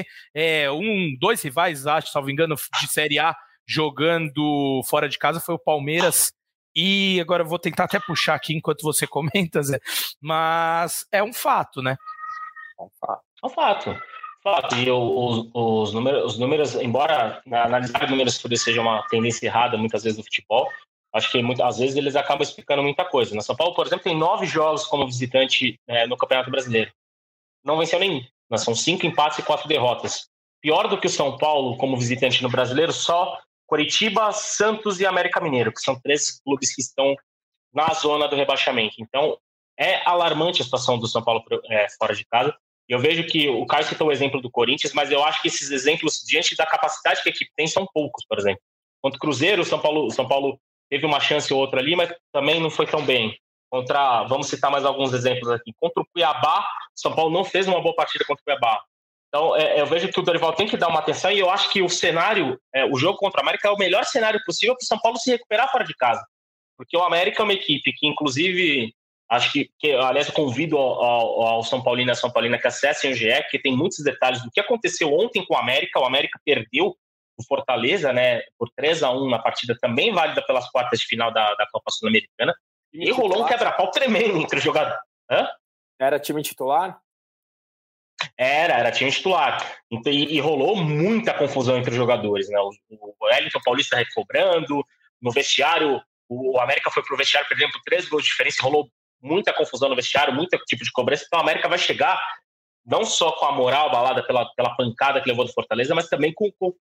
dois rivais, acho, salvo engano, de Série A, jogando fora de casa, foi o Palmeiras, e agora eu vou tentar até puxar aqui enquanto você comenta, Zé, mas é um fato, né? É um fato. E os números, embora analisar números por isso seja uma tendência errada muitas vezes no futebol, acho que às vezes eles acabam explicando muita coisa. Na São Paulo, por exemplo, tem 9 jogos como visitante no Campeonato Brasileiro. Não venceu nenhum. São 5 empates e 4 derrotas. Pior do que o São Paulo como visitante no Brasileiro, só Coritiba, Santos e América Mineiro, que são 3 clubes que estão na zona do rebaixamento. Então, é alarmante a situação do São Paulo fora de casa. Eu vejo que o Caio citou o exemplo do Corinthians, mas eu acho que esses exemplos, diante da capacidade que a equipe tem, são poucos, por exemplo. Contra o Cruzeiro, o São Paulo teve uma chance ou outra ali, mas também não foi tão bem. Vamos citar mais alguns exemplos aqui. Contra o Cuiabá, o São Paulo não fez uma boa partida contra o Cuiabá. Então, eu vejo que o Dorival tem que dar uma atenção e eu acho que o cenário, o jogo contra o América é o melhor cenário possível para o São Paulo se recuperar fora de casa. Porque o América é uma equipe que, inclusive... Acho que aliás, eu convido ao São Paulino e a São Paulina que acessem o GE, porque tem muitos detalhes do que aconteceu ontem com o América. O América perdeu o Fortaleza, né, por 3-1 na partida também válida pelas quartas de final da Copa Sul-Americana. E rolou um quebra-pau tremendo entre os jogadores. Era time titular? Era time titular. Então, e rolou muita confusão entre os jogadores, né? O Wellington Paulista recobrando, no vestiário, o América foi pro vestiário perdendo por 3 gols de diferença, rolou muita confusão no vestiário, muito tipo de cobrança. Então, a América vai chegar não só com a moral abalada pela pancada que levou do Fortaleza, mas também com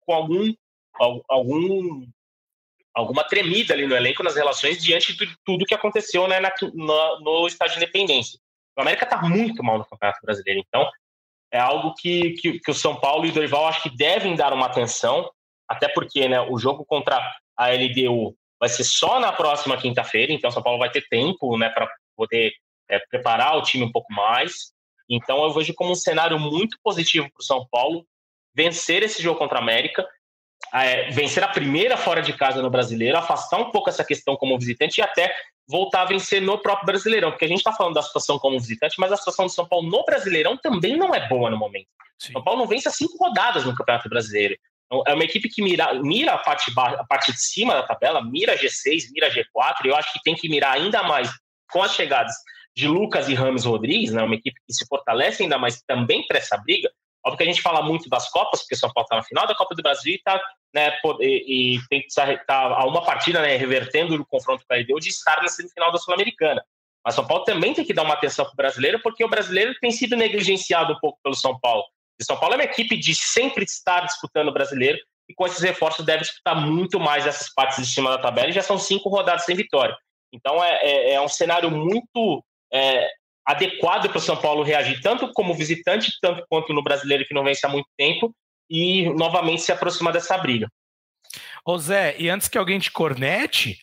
alguma tremida ali no elenco, nas relações, diante de tudo que aconteceu, né, no Estádio de Independência. O América está muito mal no Campeonato Brasileiro, então é algo que o São Paulo e o Dorival acho que devem dar uma atenção, até porque, né, o jogo contra a LDU vai ser só na próxima quinta-feira, então o São Paulo vai ter tempo, né, para poder preparar o time um pouco mais. Então eu vejo como um cenário muito positivo para o São Paulo vencer esse jogo contra a América, vencer a primeira fora de casa no Brasileiro, afastar um pouco essa questão como visitante e até voltar a vencer no próprio Brasileirão, porque a gente está falando da situação como visitante, mas a situação do São Paulo no Brasileirão também não é boa no momento. Sim. São Paulo não vence há 5 rodadas no Campeonato Brasileiro. Então, é uma equipe que mira a parte de cima da tabela, mira G6, mira G4, e eu acho que tem que mirar ainda mais com as chegadas de Lucas e Rames Rodrigues, né, uma equipe que se fortalece ainda mais também para essa briga. Óbvio que a gente fala muito das Copas, porque o São Paulo está na final da Copa do Brasil e está, né, e tem que estar a uma partida, né, revertendo o confronto com a LDU de estar na semifinal da Sul-Americana. Mas o São Paulo também tem que dar uma atenção para o brasileiro, porque o brasileiro tem sido negligenciado um pouco pelo São Paulo. O São Paulo é uma equipe de sempre estar disputando o brasileiro e com esses reforços deve disputar muito mais essas partes de cima da tabela e já são 5 rodadas sem vitória. Então é um cenário muito adequado para o São Paulo reagir, tanto como visitante, tanto quanto no brasileiro que não vence há muito tempo, e novamente se aproximar dessa briga. Ô Zé, e antes que alguém te cornete,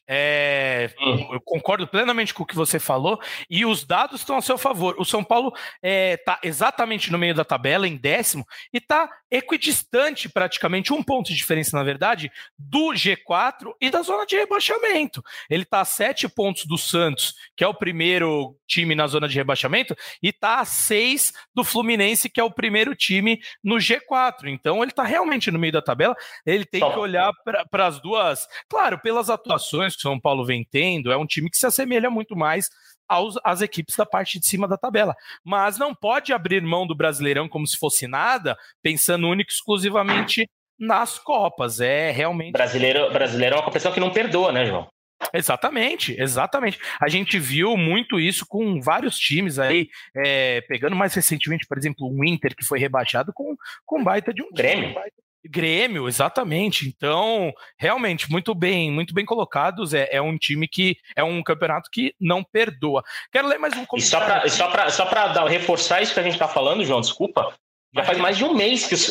eu concordo plenamente com o que você falou, e os dados estão a seu favor. O São Paulo está exatamente no meio da tabela, em 10º, e está equidistante, praticamente 1 ponto de diferença, na verdade, do G4 e da zona de rebaixamento. Ele está a 7 pontos do Santos, que é o primeiro time na zona de rebaixamento, e está a 6 do Fluminense, que é o primeiro time no G4. Então ele está realmente no meio da tabela, ele tem que olhar para as duas, claro, pelas atuações que o São Paulo vem tendo, é um time que se assemelha muito mais às equipes da parte de cima da tabela, mas não pode abrir mão do Brasileirão como se fosse nada, pensando único e exclusivamente nas Copas. Realmente... Brasileiro é uma competição que não perdoa, né, João? Exatamente. A gente viu muito isso com vários times aí, pegando mais recentemente, por exemplo, o Inter, que foi rebaixado com baita de um Grêmio, exatamente. Então, realmente, muito bem colocados. É um time que é um campeonato que não perdoa. Quero ler mais um comentário. E só para reforçar isso que a gente está falando, João, desculpa. Já faz mais de um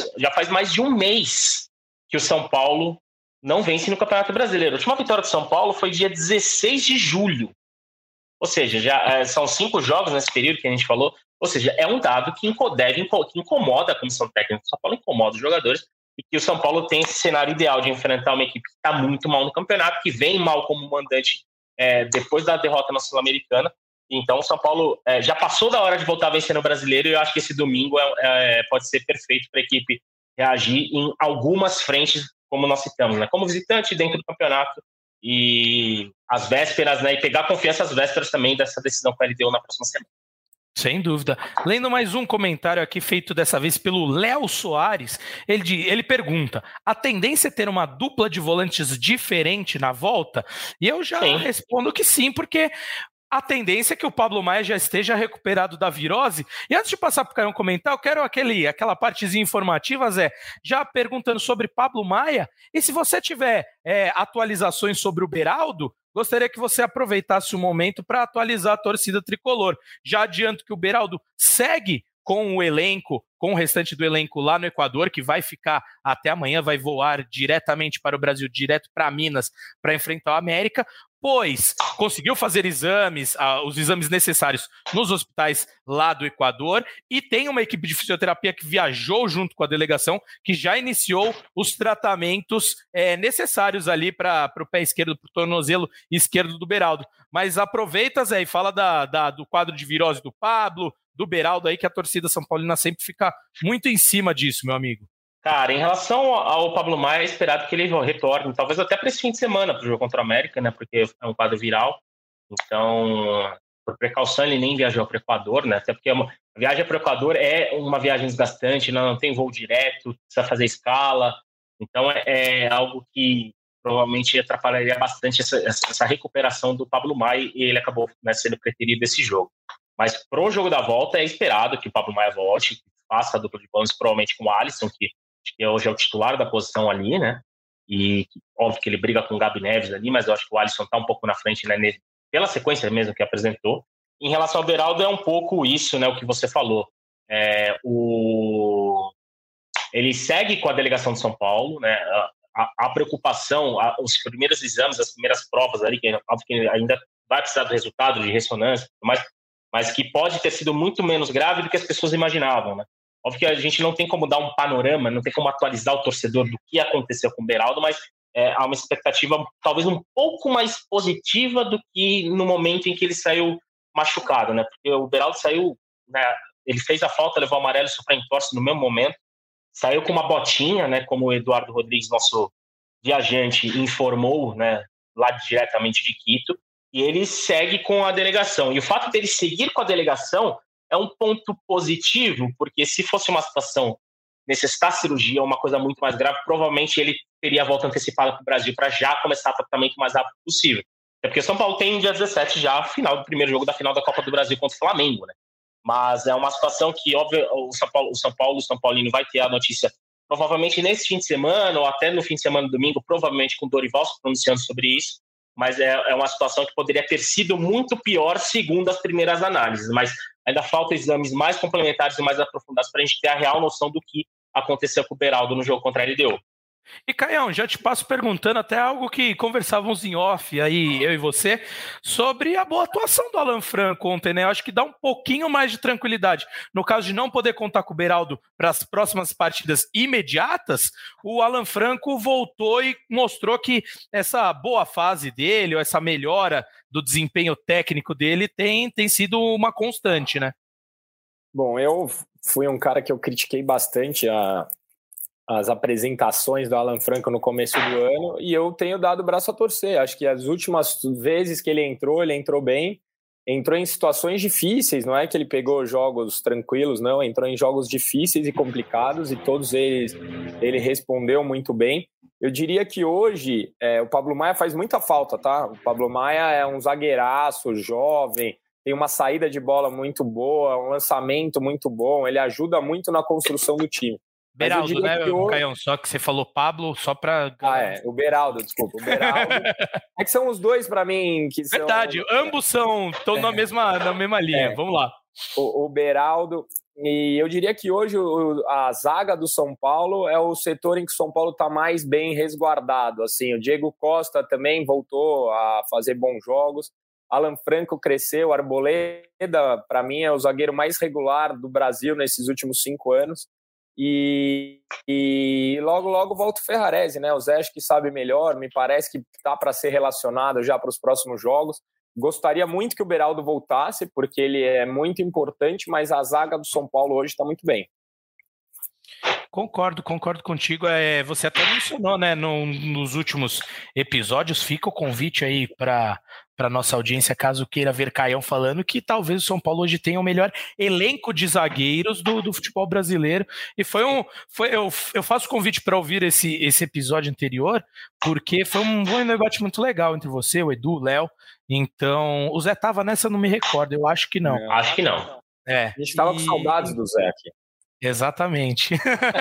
mês que o São Paulo não vence no Campeonato Brasileiro. A última vitória do São Paulo foi dia 16 de julho. Ou seja, já são 5 jogos nesse período que a gente falou. Ou seja, é um dado que incomoda a comissão técnica do São Paulo, incomoda os jogadores. E que o São Paulo tem esse cenário ideal de enfrentar uma equipe que está muito mal no campeonato, que vem mal como mandante depois da derrota na Sul-Americana. Então o São Paulo já passou da hora de voltar a vencer no Brasileiro, e eu acho que esse domingo pode ser perfeito para a equipe reagir em algumas frentes, como nós citamos, né? Como visitante dentro do campeonato e as vésperas, né? E pegar confiança às vésperas também dessa decisão que a LDU na próxima semana. Sem dúvida. Lendo mais um comentário aqui feito dessa vez pelo Léo Soares, ele pergunta: a tendência é ter uma dupla de volantes diferente na volta? E eu já respondo que sim, porque a tendência é que o Pablo Maia já esteja recuperado da virose. E antes de passar para o Caio comentar, eu quero aquela partezinha informativa, Zé, já perguntando sobre Pablo Maia. E se você tiver atualizações sobre o Beraldo, gostaria que você aproveitasse o momento para atualizar a torcida tricolor. Já adianto que o Beraldo segue com o elenco, com o restante do elenco lá no Equador, que vai ficar até amanhã, vai voar diretamente para o Brasil, direto para Minas, para enfrentar o América, pois conseguiu fazer os exames necessários nos hospitais lá do Equador, e tem uma equipe de fisioterapia que viajou junto com a delegação, que já iniciou os tratamentos necessários ali para o pé esquerdo, para o tornozelo esquerdo do Beraldo. Mas aproveita, Zé, e fala do quadro de virose do Pablo, do Beraldo aí, que a torcida São Paulina sempre fica muito em cima disso, meu amigo. Cara, em relação ao Pablo Maia, é esperado que ele retorne, talvez até para esse fim de semana, para o jogo contra o América, né? Porque é um quadro viral. Então, por precaução, ele nem viajou para o Equador, né? Até porque a viagem para o Equador é uma viagem desgastante, não tem voo direto, precisa fazer escala. Então, é algo que provavelmente atrapalharia bastante essa recuperação do Pablo Maia, e ele acabou, né, sendo preterido desse jogo. Mas pro jogo da volta é esperado que o Pablo Maia volte, que faça a dupla de volantes provavelmente com o Alisson, que hoje é o titular da posição ali, né? E óbvio que ele briga com o Gabi Neves ali, mas eu acho que o Alisson está um pouco na frente, né, pela sequência mesmo que apresentou. Em relação ao Beraldo, é um pouco isso, né, o que você falou. Ele segue com a delegação de São Paulo, né? A preocupação, os primeiros exames, as primeiras provas ali, que óbvio que ainda vai precisar do resultado de ressonância, mas que pode ter sido muito menos grave do que as pessoas imaginavam, né? Óbvio que a gente não tem como dar um panorama, não tem como atualizar o torcedor do que aconteceu com o Beraldo, mas há uma expectativa talvez um pouco mais positiva do que no momento em que ele saiu machucado, né? Porque o Beraldo saiu, né, ele fez a falta, levou o amarelo e sofreu entorse no mesmo momento, saiu com uma botinha, né, como o Eduardo Rodrigues, nosso viajante, informou, né, lá diretamente de Quito, e ele segue com a delegação. E o fato dele seguir com a delegação é um ponto positivo, porque se fosse uma situação necessitar cirurgia ou uma coisa muito mais grave, provavelmente ele teria a volta antecipada para o Brasil para já começar o tratamento o mais rápido possível. É porque o São Paulo tem dia 17 já a final do primeiro jogo da final da Copa do Brasil contra o Flamengo, né? Mas é uma situação que, óbvio, o São Paulino vai ter a notícia provavelmente nesse fim de semana ou até no fim de semana, domingo, provavelmente com o Dorival se pronunciando sobre isso, mas é uma situação que poderia ter sido muito pior segundo as primeiras análises, mas ainda faltam exames mais complementares e mais aprofundados para a gente ter a real noção do que aconteceu com o Beraldo no jogo contra a LDU. E, Caião, já te passo perguntando até algo que conversávamos em off aí, eu e você, sobre a boa atuação do Alan Franco ontem, né? Eu acho que dá um pouquinho mais de tranquilidade. No caso de não poder contar com o Beraldo para as próximas partidas imediatas, o Alan Franco voltou e mostrou que essa boa fase dele, ou essa melhora do desempenho técnico dele tem sido uma constante, né? Bom, eu fui um cara que eu critiquei bastante as apresentações do Alan Franco no começo do ano, e eu tenho dado o braço a torcer. Acho que as últimas vezes que ele entrou bem, entrou em situações difíceis, não é que ele pegou jogos tranquilos, não, entrou em jogos difíceis e complicados, e todos eles ele respondeu muito bem. Eu diria que hoje o Pablo Maia faz muita falta, tá? O Pablo Maia é um zagueiraço, jovem, tem uma saída de bola muito boa, um lançamento muito bom, ele ajuda muito na construção do time. Beraldo, né, Caião? Só que você falou Pablo, só para... o Beraldo, desculpa. O Beraldo. É que são os dois para mim que são... Verdade, ambos estão na mesma linha. Vamos lá. O Beraldo, e eu diria que hoje a zaga do São Paulo é o setor em que o São Paulo está mais bem resguardado. Assim, o Diego Costa também voltou a fazer bons jogos. Alan Franco cresceu, Arboleda, para mim, é o zagueiro mais regular do Brasil nesses últimos 5 anos. E logo volta o Ferrarese, né? O Zé acho que sabe melhor, me parece que tá para ser relacionado já para os próximos jogos. Gostaria muito que o Beraldo voltasse, porque ele é muito importante, mas a zaga do São Paulo hoje está muito bem. Concordo contigo. Você até mencionou, né, nos últimos episódios, fica o convite aí para nossa audiência, caso queira ver Caião falando, que talvez o São Paulo hoje tenha o melhor elenco de zagueiros do futebol brasileiro. E eu faço convite para ouvir esse episódio anterior, porque foi um bom debate muito legal entre você, o Edu, o Léo. Então, o Zé tava nessa, eu não me recordo, eu acho que não. Acho que não. A gente tava com saudades do Zé aqui. Exatamente.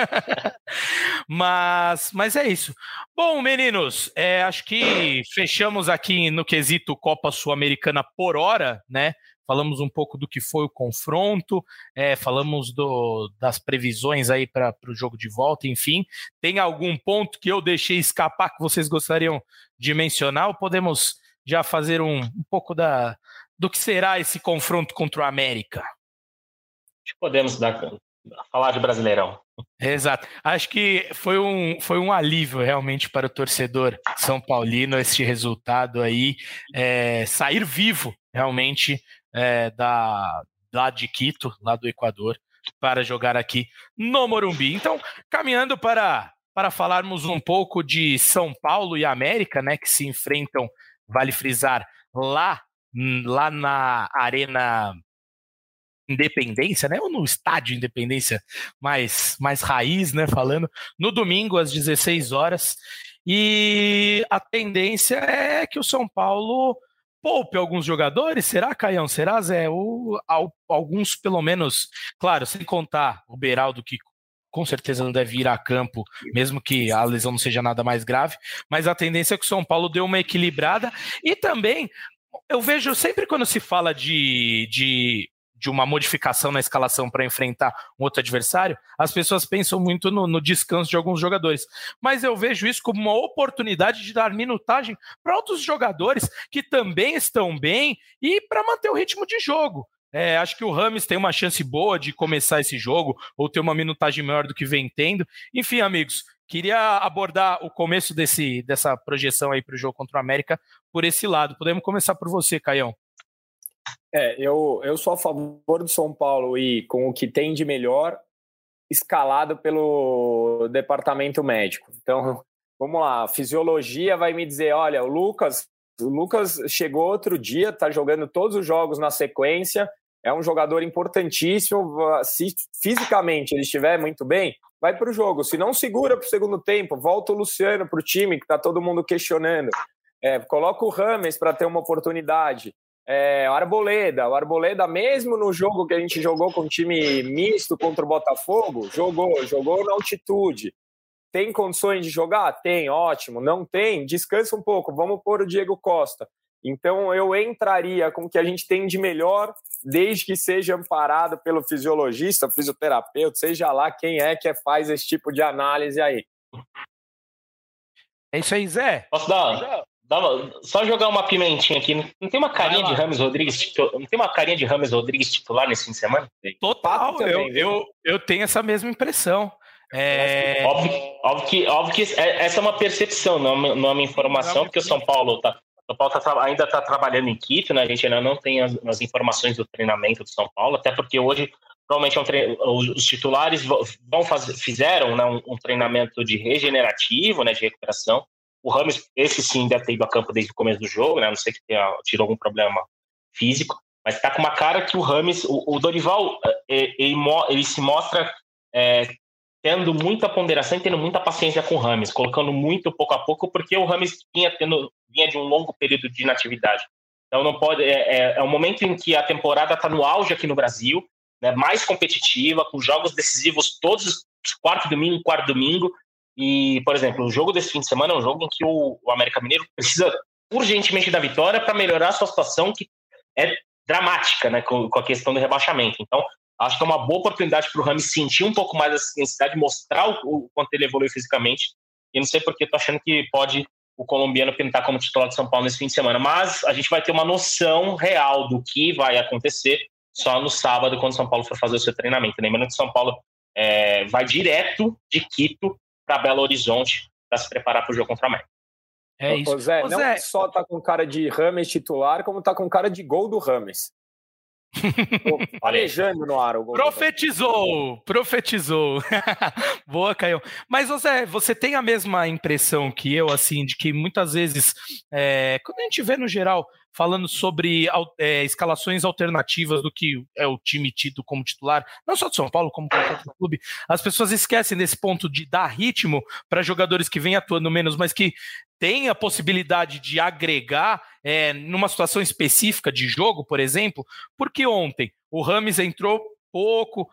mas é isso. Bom, meninos, acho que fechamos aqui no quesito Copa Sul-Americana por hora, né? Falamos um pouco do que foi o confronto, falamos das previsões aí para o jogo de volta, enfim. Tem algum ponto que eu deixei escapar que vocês gostariam de mencionar, ou podemos já fazer um pouco do que será esse confronto contra o América? Acho que podemos falar de Brasileirão. Exato. Acho que foi um alívio realmente para o torcedor são paulino este resultado aí, sair vivo realmente lá de Quito, lá do Equador, para jogar aqui no Morumbi. Então, caminhando para falarmos um pouco de São Paulo e América, né, que se enfrentam, vale frisar, lá lá na Arena Independência, né? Ou no Estádio Independência mais raiz, né? Falando, no domingo às 16 horas. E a tendência é que o São Paulo poupe alguns jogadores. Será, Caião? Será, Zé? Alguns, pelo menos, claro, sem contar o Beraldo, que com certeza não deve ir a campo, mesmo que a lesão não seja nada mais grave, mas a tendência é que o São Paulo dê uma equilibrada. E também, eu vejo sempre quando se fala de uma modificação na escalação para enfrentar um outro adversário, as pessoas pensam muito no descanso de alguns jogadores. Mas eu vejo isso como uma oportunidade de dar minutagem para outros jogadores que também estão bem e para manter o ritmo de jogo. Acho que o Rames tem uma chance boa de começar esse jogo ou ter uma minutagem maior do que vem tendo. Enfim, amigos, queria abordar o começo dessa projeção aí para o jogo contra o América por esse lado. Podemos começar por você, Caião. Eu sou a favor do São Paulo e com o que tem de melhor escalado pelo departamento médico. Então, vamos lá, a fisiologia vai me dizer, olha, o Lucas chegou outro dia, está jogando todos os jogos na sequência, é um jogador importantíssimo, se fisicamente ele estiver muito bem, vai para o jogo, se não segura para o segundo tempo, volta o Luciano para o time, que está todo mundo questionando, coloca o Rames para ter uma oportunidade, o Arboleda, mesmo no jogo que a gente jogou com um time misto contra o Botafogo, jogou na altitude. Tem condições de jogar? Tem, ótimo. Não tem? Descansa um pouco, vamos pôr o Diego Costa. Então eu entraria com o que a gente tem de melhor, desde que seja amparado pelo fisiologista, fisioterapeuta, seja lá quem é que faz esse tipo de análise aí. É isso aí, Zé. Posso só jogar uma pimentinha aqui. Não tem uma carinha de Rames Rodrigues? Não tem uma carinha de Rames Rodrigues titular nesse fim de semana? Total, eu tenho essa mesma impressão. Óbvio que essa é uma percepção, não é uma informação, porque o São Paulo ainda está trabalhando em Quito, né? A gente ainda não tem as informações do treinamento do São Paulo, até porque hoje provavelmente os titulares fizeram, né, um treinamento de regenerativo, né, de recuperação. O Rames, esse sim, deve ter ido a campo desde o começo do jogo, né? A não sei que tirou algum problema físico, mas está com uma cara que o Rames, o Dorival, ele se mostra tendo muita ponderação e tendo muita paciência com o Rames, colocando muito pouco a pouco, porque o Rames vinha de um longo período de inatividade. Então não pode. É um momento em que a temporada está no auge aqui no Brasil, né, mais competitiva, com jogos decisivos todos os quarto domingo. E, por exemplo, o jogo desse fim de semana é um jogo em que o América Mineiro precisa urgentemente da vitória para melhorar a sua situação, que é dramática, né, com a questão do rebaixamento. Então, acho que é uma boa oportunidade para o Rames sentir um pouco mais essa intensidade, mostrar o quanto ele evoluiu fisicamente. E não sei porque estou achando que pode o colombiano pintar como titular de São Paulo nesse fim de semana. Mas a gente vai ter uma noção real do que vai acontecer só no sábado, quando o São Paulo for fazer o seu treinamento. Lembrando que o São Paulo vai direto de Quito para Belo Horizonte para se preparar para o jogo contra a América. É isso. Zé, não só tá com cara de Rames titular, como tá com cara de gol do Rames. Alejando no ar o gol. Profetizou. Boa, Caio. Mas, Zé, você tem a mesma impressão que eu, assim, de que muitas vezes, quando a gente vê no geral falando sobre escalações alternativas do que é o time tido como titular, não só do São Paulo, como qualquer outro clube, as pessoas esquecem desse ponto de dar ritmo para jogadores que vêm atuando menos, mas que têm a possibilidade de agregar numa situação específica de jogo, por exemplo, porque ontem o Rames entrou pouco,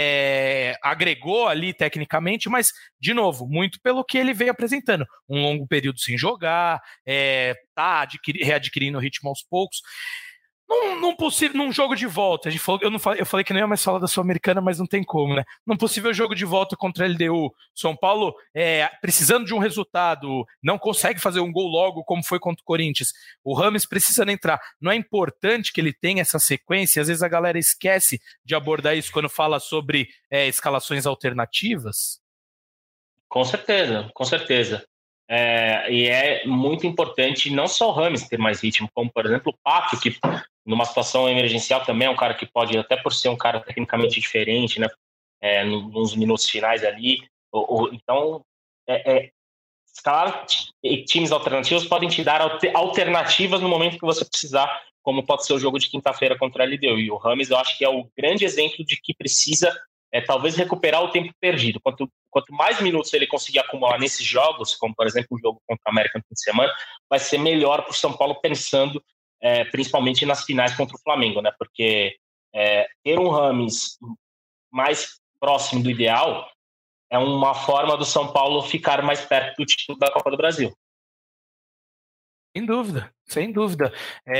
agregou ali tecnicamente, mas, de novo, muito pelo que ele veio apresentando. Um longo período sem jogar, tá readquirindo o ritmo aos poucos. Num jogo de volta, eu falei que não ia mais falar da Sul-Americana, mas não tem como, né? Num possível jogo de volta contra a LDU, São Paulo, precisando de um resultado, não consegue fazer um gol logo, como foi contra o Corinthians. O Rames precisa entrar. Não é importante que ele tenha essa sequência? Às vezes a galera esquece de abordar isso quando fala sobre escalações alternativas? Com certeza. E é muito importante não só o Rames ter mais ritmo, como, por exemplo, o Pato, que numa situação emergencial também é um cara que pode, até por ser um cara tecnicamente diferente, né, nos minutos finais ali. Então, escalar times alternativos podem te dar alternativas no momento que você precisar como pode ser o jogo de quinta-feira contra a LDU. E o Rames, eu acho que é o grande exemplo de que precisa talvez recuperar o tempo perdido. Quanto mais minutos ele conseguir acumular nesses jogos, como por exemplo o jogo contra a América no fim de semana, vai ser melhor para o São Paulo, pensando principalmente nas finais contra o Flamengo, né? Porque ter um Rames mais próximo do ideal é uma forma do São Paulo ficar mais perto do título da Copa do Brasil. Sem dúvida, sem dúvida.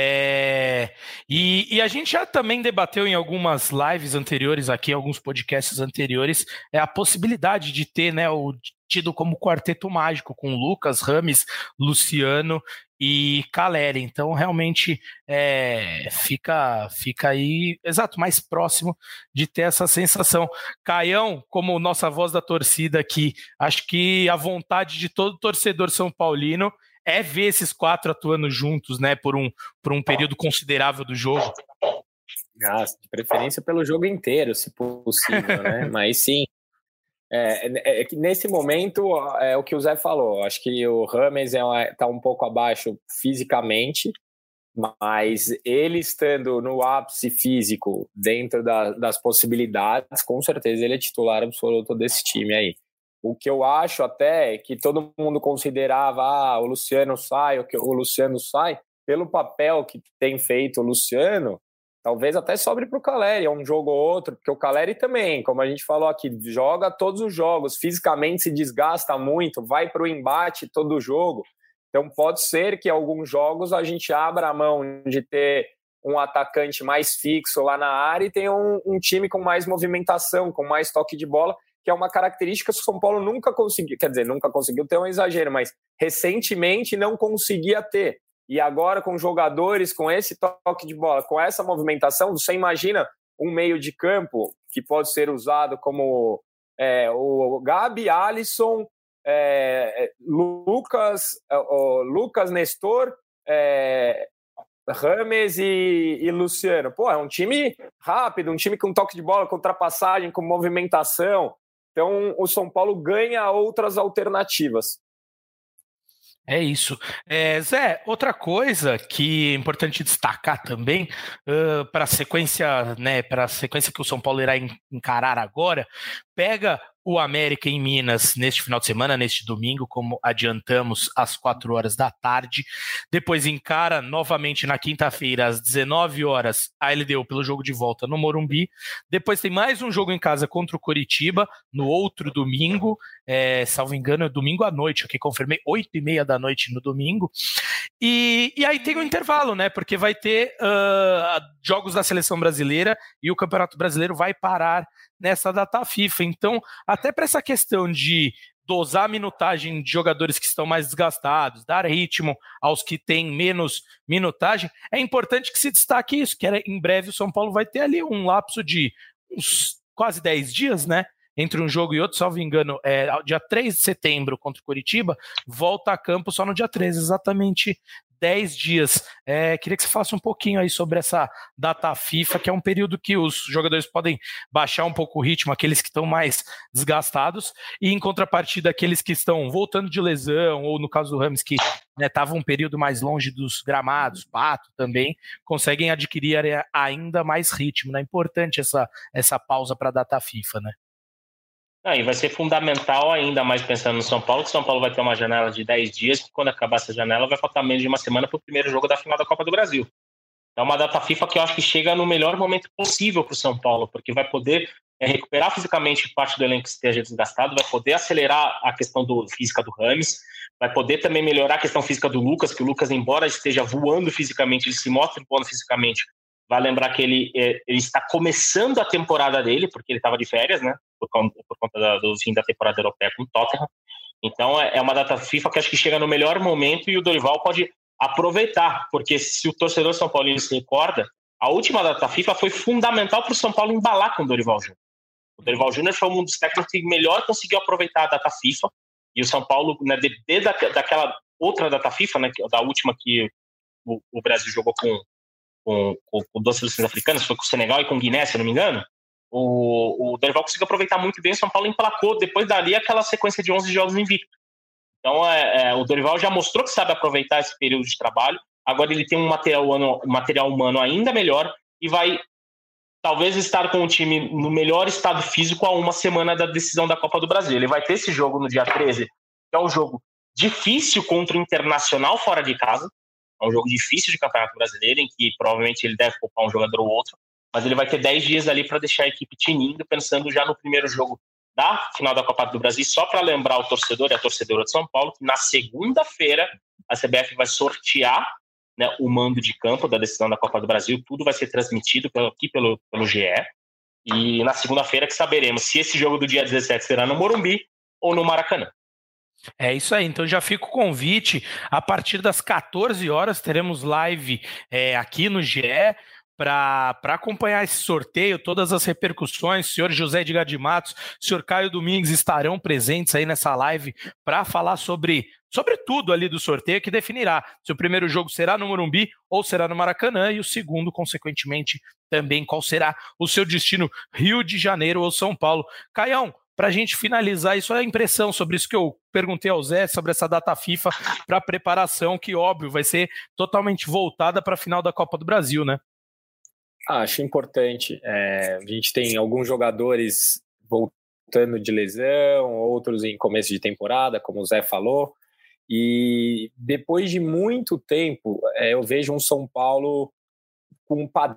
E a gente já também debateu em algumas lives anteriores aqui, alguns podcasts anteriores, a possibilidade de ter, né, tido como quarteto mágico com Lucas, Rames, Luciano e Caleri. Então, realmente, fica aí, exato, mais próximo de ter essa sensação. Caião, como nossa voz da torcida aqui, acho que a vontade de todo torcedor são paulino é ver esses 4 atuando juntos, né, por um período considerável do jogo. De preferência pelo jogo inteiro, se possível, né? Mas sim, que nesse momento é o que o Zé falou. Acho que o Rames está um pouco abaixo fisicamente, mas ele estando no ápice físico, dentro das possibilidades, com certeza ele é titular absoluto desse time aí. O que eu acho até que todo mundo considerava, o Luciano sai, pelo papel que tem feito o Luciano, talvez até sobre para o Caleri, um jogo ou outro, porque o Caleri também, como a gente falou aqui, joga todos os jogos, fisicamente se desgasta muito, vai para o embate todo jogo, então pode ser que em alguns jogos a gente abra a mão de ter um atacante mais fixo lá na área e tenha um time com mais movimentação, com mais toque de bola, que é uma característica que o São Paulo nunca conseguiu, quer dizer, nunca conseguiu ter um exagero, mas recentemente não conseguia ter. E agora com jogadores com esse toque de bola, com essa movimentação, você imagina um meio de campo que pode ser usado como o Gabi, Alisson, Lucas Nestor, Rames e Luciano. Pô, é um time rápido, um time com toque de bola, com ultrapassagem, com movimentação. Então, o São Paulo ganha outras alternativas. É isso. Zé, outra coisa que é importante destacar também para a sequência, né, que o São Paulo irá encarar agora, pega o América em Minas neste final de semana, neste domingo, como adiantamos, às 4 horas da tarde. Depois encara novamente na quinta-feira, às 19 horas, a LDU pelo jogo de volta no Morumbi. Depois tem mais um jogo em casa contra o Coritiba, no outro domingo, salvo engano, é domingo à noite, aqui confirmei, 8h30 da noite no domingo. E aí tem um intervalo, né? Porque vai ter jogos da Seleção Brasileira e o Campeonato Brasileiro vai parar nessa data FIFA. Então, até para essa questão de dosar a minutagem de jogadores que estão mais desgastados, dar ritmo aos que têm menos minutagem, é importante que se destaque isso, que em breve o São Paulo vai ter ali um lapso de uns quase 10 dias, né? Entre um jogo e outro, salvo engano, dia 3 de setembro contra o Coritiba, volta a campo só no dia 13, exatamente 10 dias. Queria que você falasse um pouquinho aí sobre essa data FIFA, que é um período que os jogadores podem baixar um pouco o ritmo, aqueles que estão mais desgastados, e em contrapartida, aqueles que estão voltando de lesão, ou no caso do Rames, que estava um período mais longe dos gramados, Pato também, conseguem adquirir ainda mais ritmo. É importante essa pausa para a data FIFA, né? E vai ser fundamental, ainda mais pensando no São Paulo, que o São Paulo vai ter uma janela de 10 dias, que quando acabar essa janela vai faltar menos de uma semana para o primeiro jogo da final da Copa do Brasil. É uma data FIFA que eu acho que chega no melhor momento possível para o São Paulo, porque vai poder recuperar fisicamente parte do elenco que esteja desgastado, vai poder acelerar a questão física do Rames, vai poder também melhorar a questão física do Lucas, que o Lucas, embora esteja voando fisicamente, ele se mostra voando fisicamente. Vai lembrar que ele está começando a temporada dele, porque ele estava de férias, né? Por conta do fim da temporada europeia com o Tottenham. Então é uma data FIFA que acho que chega no melhor momento e o Dorival pode aproveitar, porque se o torcedor São Paulino se recorda, a última data FIFA foi fundamental para o São Paulo embalar com o Dorival Júnior. O Dorival Júnior foi um dos técnicos que melhor conseguiu aproveitar a data FIFA, e o São Paulo, né, desde daquela outra data FIFA, né, da última que o Brasil jogou com duas seleções africanas, foi com o Senegal e com o Guiné, se eu não me engano, o Dorival conseguiu aproveitar muito bem, o São Paulo emplacou depois dali aquela sequência de 11 jogos invicto. Então o Dorival já mostrou que sabe aproveitar esse período de trabalho, agora ele tem um material humano ainda melhor e vai talvez estar com o time no melhor estado físico a uma semana da decisão da Copa do Brasil. Ele vai ter esse jogo no dia 13, que é um jogo difícil contra o Internacional fora de casa. É um jogo difícil de Campeonato Brasileiro, em que provavelmente ele deve poupar um jogador ou outro, mas ele vai ter 10 dias ali para deixar a equipe tinindo, pensando já no primeiro jogo da final da Copa do Brasil. Só para lembrar o torcedor e a torcedora de São Paulo que na segunda-feira a CBF vai sortear, né, o mando de campo da decisão da Copa do Brasil. Tudo vai ser transmitido aqui pelo GE. E na segunda-feira que saberemos se esse jogo do dia 17 será no Morumbi ou no Maracanã. É isso aí, então já fica o convite, a partir das 14 horas teremos live aqui no GE para acompanhar esse sorteio, todas as repercussões. O senhor José Edgar de Matos, o senhor Caio Domingues estarão presentes aí nessa live para falar sobre tudo ali do sorteio, que definirá se o primeiro jogo será no Morumbi ou será no Maracanã, e o segundo, consequentemente, também qual será o seu destino, Rio de Janeiro ou São Paulo. Caião, para a gente finalizar, isso é a impressão sobre isso que eu perguntei ao Zé, sobre essa data FIFA para a preparação, que óbvio vai ser totalmente voltada para a final da Copa do Brasil, né? Acho importante. A gente tem alguns jogadores voltando de lesão, outros em começo de temporada, como o Zé falou, e depois de muito tempo eu vejo um São Paulo com um padrão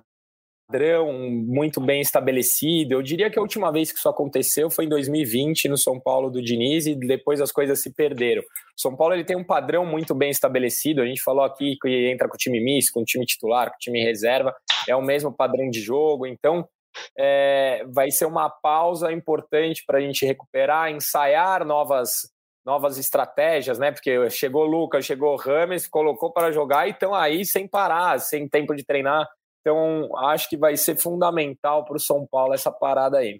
muito bem estabelecido. Eu diria que a última vez que isso aconteceu foi em 2020 no São Paulo do Diniz, e depois as coisas se perderam. O São Paulo ele tem um padrão muito bem estabelecido. A gente falou aqui que entra com o time misto, com o time titular, com o time reserva, é o mesmo padrão de jogo. Então vai ser uma pausa importante para a gente recuperar, ensaiar novas estratégias, né? Porque chegou o Lucas, chegou o Rames, colocou para jogar e estão aí sem parar, sem tempo de treinar. Então, acho que vai ser fundamental para o São Paulo essa parada aí.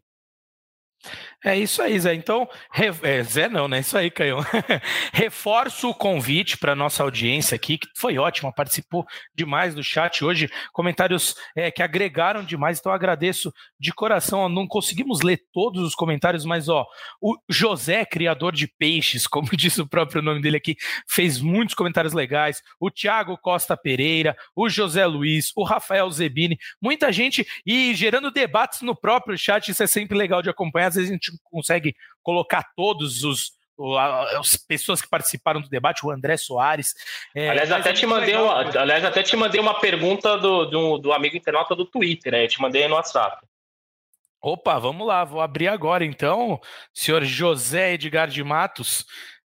É isso aí, Zé. Então, Zé não, né? Isso aí, Caio. Reforço o convite para a nossa audiência aqui, que foi ótima, participou demais do chat hoje, comentários que agregaram demais, então agradeço de coração. Não conseguimos ler todos os comentários, mas o José, criador de peixes, como diz o próprio nome dele aqui, fez muitos comentários legais. O Thiago Costa Pereira, o José Luiz, o Rafael Zebini, muita gente, e gerando debates no próprio chat. Isso é sempre legal de acompanhar. Às vezes a gente consegue colocar todos as pessoas que participaram do debate, o André Soares. Aliás, até te mandei uma pergunta do amigo internauta do Twitter, eu te mandei no WhatsApp. Opa, vamos lá, vou abrir agora então, senhor José Edgar de Matos.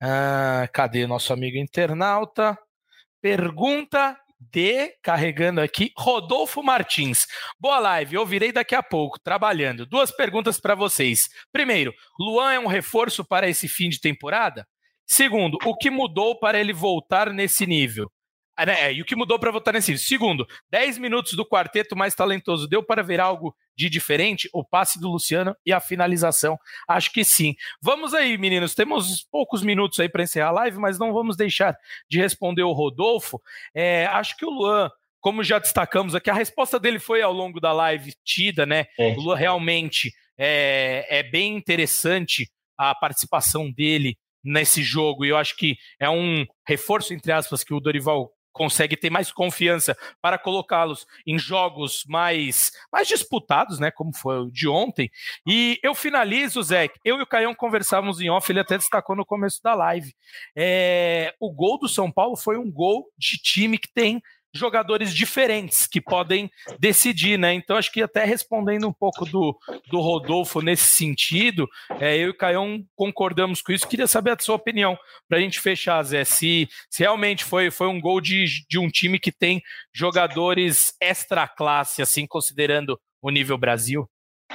Cadê nosso amigo internauta? Pergunta carregando aqui, Rodolfo Martins. Boa live, eu virei daqui a pouco, trabalhando. 2 perguntas para vocês. Primeiro, Luan é um reforço para esse fim de temporada? Segundo, o que mudou para ele voltar nesse nível? E o que mudou para voltar nesse nível? Segundo, 10 minutos do quarteto mais talentoso deu para ver algo de diferente? O passe do Luciano e a finalização? Acho que sim. Vamos aí, meninos, temos poucos minutos aí para encerrar a live, mas não vamos deixar de responder o Rodolfo. Acho que o Luan, como já destacamos aqui, a resposta dele foi ao longo da live tida, né? O Luan realmente é bem interessante a participação dele nesse jogo, e eu acho que é um reforço, entre aspas, que o Dorival consegue ter mais confiança para colocá-los em jogos mais disputados, né, como foi o de ontem. E eu finalizo, Zé, eu e o Caião conversávamos em off, ele até destacou no começo da live. O gol do São Paulo foi um gol de time que tem jogadores diferentes que podem decidir, né? Então acho que até respondendo um pouco do Rodolfo nesse sentido, eu e o Caião concordamos com isso. Queria saber a sua opinião para a gente fechar, Zé, se realmente foi um gol de um time que tem jogadores extra classe, assim, considerando o nível Brasil.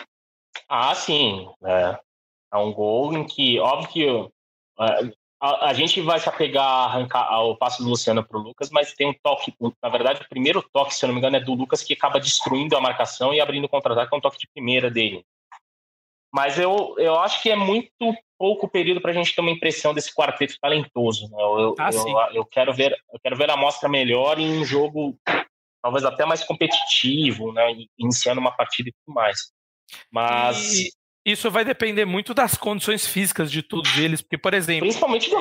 Sim, é um gol em que, óbvio que a gente vai se apegar a arrancar o passe do Luciano para o Lucas, mas tem um toque, na verdade o primeiro toque, se eu não me engano, é do Lucas, que acaba destruindo a marcação e abrindo o contra-ataque, é um toque de primeira dele. Mas eu acho que é muito pouco período para a gente ter uma impressão desse quarteto talentoso, né? Eu quero ver a amostra melhor em um jogo talvez até mais competitivo, né? Iniciando uma partida e tudo mais. Mas... Isso vai depender muito das condições físicas de todos eles, porque, por exemplo... Principalmente do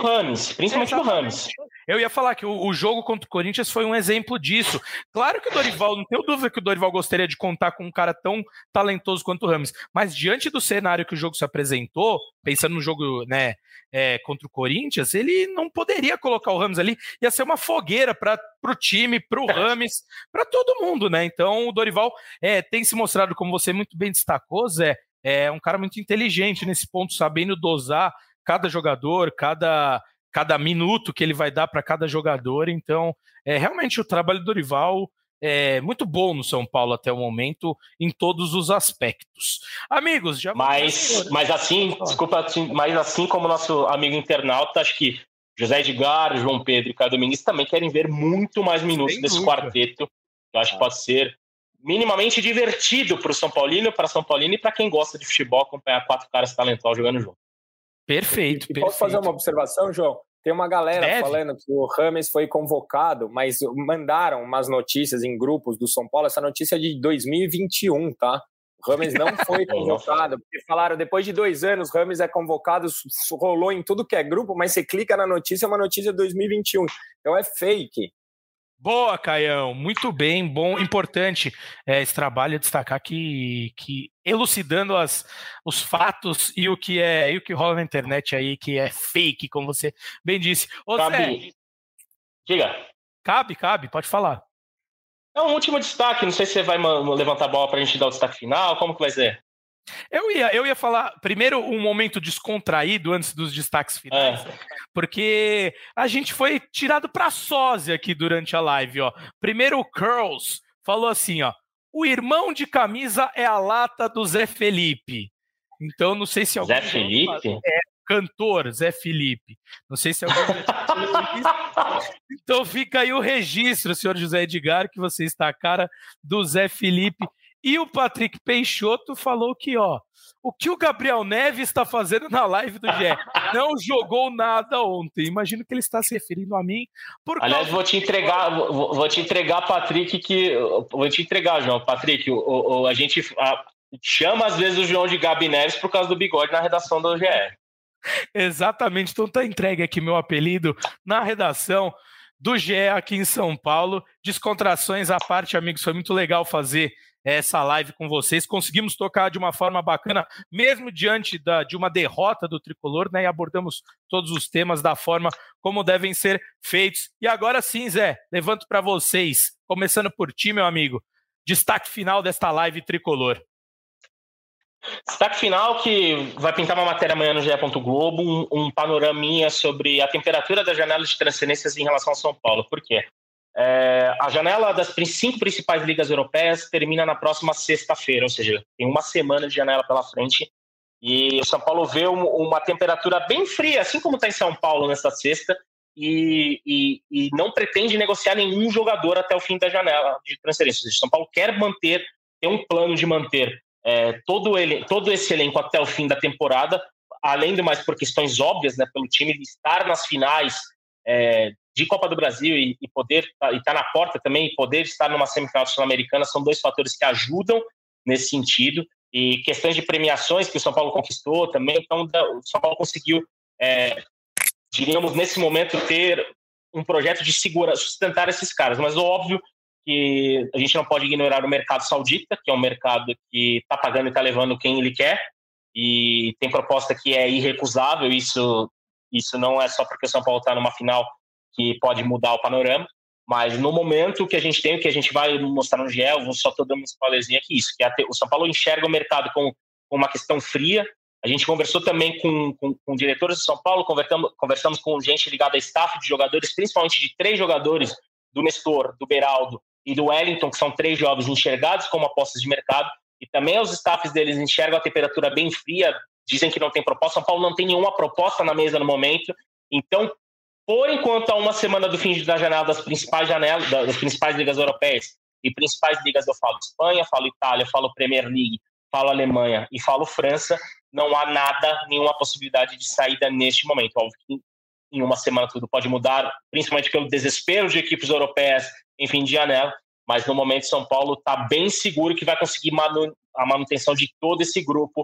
Rames. Eu ia falar que o jogo contra o Corinthians foi um exemplo disso. Claro que o Dorival, não tenho dúvida que o Dorival gostaria de contar com um cara tão talentoso quanto o Rames, mas diante do cenário que o jogo se apresentou, pensando no jogo, né, contra o Corinthians, ele não poderia colocar o Rames ali, ia ser uma fogueira para o time, para o Rames, para todo mundo, né? Então o Dorival tem se mostrado, como você muito bem destacou, Zé, é um cara muito inteligente nesse ponto, sabendo dosar cada jogador, cada minuto que ele vai dar para cada jogador. Então, realmente o trabalho do Dorival é muito bom no São Paulo até o momento, em todos os aspectos. Amigos, já... Mas assim como o nosso amigo internauta, acho que José Edgar, João Pedro e Caio Domingues também querem ver muito mais minutos desse quarteto. Eu acho que pode ser minimamente divertido para o São Paulino, para São Paulino e para quem gosta de futebol, acompanhar 4 caras talentosos jogando junto. Perfeito. Posso fazer uma observação, João? Tem uma galera falando que o Rames foi convocado, mas mandaram umas notícias em grupos do São Paulo. Essa notícia é de 2021, tá? O Rames não foi convocado, porque falaram, depois de 2 anos, o Rames é convocado, rolou em tudo que é grupo, mas você clica na notícia, é uma notícia de 2021. Então é fake. Boa, Caião, muito bem, bom, importante esse trabalho, destacar que elucidando os fatos e o que rola na internet aí, que é fake, como você bem disse. Zé, diga. Cabe, pode falar. Um último destaque, não sei se você vai levantar a bola para a gente dar o destaque final, como que vai ser? Eu ia falar primeiro um momento descontraído antes dos destaques finais, porque a gente foi tirado para sósia aqui durante a live, ó. Primeiro o Curls falou assim, ó: o irmão de camisa é a lata do Zé Felipe. Então não sei se alguém... Zé Felipe? Cantor Zé Felipe. Não sei se alguém... Então fica aí o registro, senhor José Edgar, que você está a cara do Zé Felipe. E o Patrick Peixoto falou que, ó, o que o Gabriel Neves está fazendo na live do GE? Não jogou nada ontem. Imagino que ele está se referindo a mim. Aliás, vou te entregar, Patrick, vou te entregar, João. Patrick, a gente chama às vezes o João de Gabi Neves por causa do bigode na redação do GE. Exatamente. Então tá entregue aqui meu apelido na redação do GE aqui em São Paulo. Descontrações à parte, amigos, foi muito legal fazer essa live com vocês, conseguimos tocar de uma forma bacana, mesmo diante de uma derrota do Tricolor, né, e abordamos todos os temas da forma como devem ser feitos. E agora sim, Zé, levanto para vocês, começando por ti, meu amigo, destaque final desta live Tricolor. Destaque final que vai pintar uma matéria amanhã no GE. Globo, um panoraminha sobre a temperatura da janela de transferências em relação ao São Paulo. Por quê? A janela das 5 principais ligas europeias termina na próxima sexta-feira, ou seja, tem uma semana de janela pela frente, e o São Paulo vê uma temperatura bem fria, assim como está em São Paulo nesta sexta, e não pretende negociar nenhum jogador até o fim da janela de transferência. Ou seja, o São Paulo quer tem um plano de manter todo esse elenco até o fim da temporada, além do mais por questões óbvias, né, pelo time estar nas finais de Copa do Brasil e poder estar na porta também e poder estar numa semifinal sul-americana, são 2 fatores que ajudam nesse sentido, e questões de premiações que o São Paulo conquistou também. Então o São Paulo conseguiu, diríamos nesse momento, ter um projeto de sustentar esses caras, mas óbvio que a gente não pode ignorar o mercado saudita, que é um mercado que está pagando e está levando quem ele quer, e tem proposta que é irrecusável. Isso não é só porque o São Paulo está numa final que pode mudar o panorama, mas no momento que a gente tem, o que a gente vai mostrar no GE, eu só estou dando um spoilerzinho aqui, isso, que o São Paulo enxerga o mercado com uma questão fria. A gente conversou também com diretores do São Paulo, conversamos com gente ligada a staff de jogadores, principalmente de 3 jogadores, do Nestor, do Beraldo e do Wellington, que são 3 jovens enxergados como apostas de mercado, e também os staffs deles enxergam a temperatura bem fria, dizem que não tem proposta. São Paulo não tem nenhuma proposta na mesa no momento, então por enquanto, a uma semana do fim da janela das principais ligas europeias e principais ligas, eu falo Espanha, falo Itália, falo Premier League, falo Alemanha e falo França, não há nenhuma possibilidade de saída neste momento. Óbvio que em uma semana tudo pode mudar, principalmente pelo desespero de equipes europeias em fim de janela, mas no momento São Paulo está bem seguro que vai conseguir a manutenção de todo esse grupo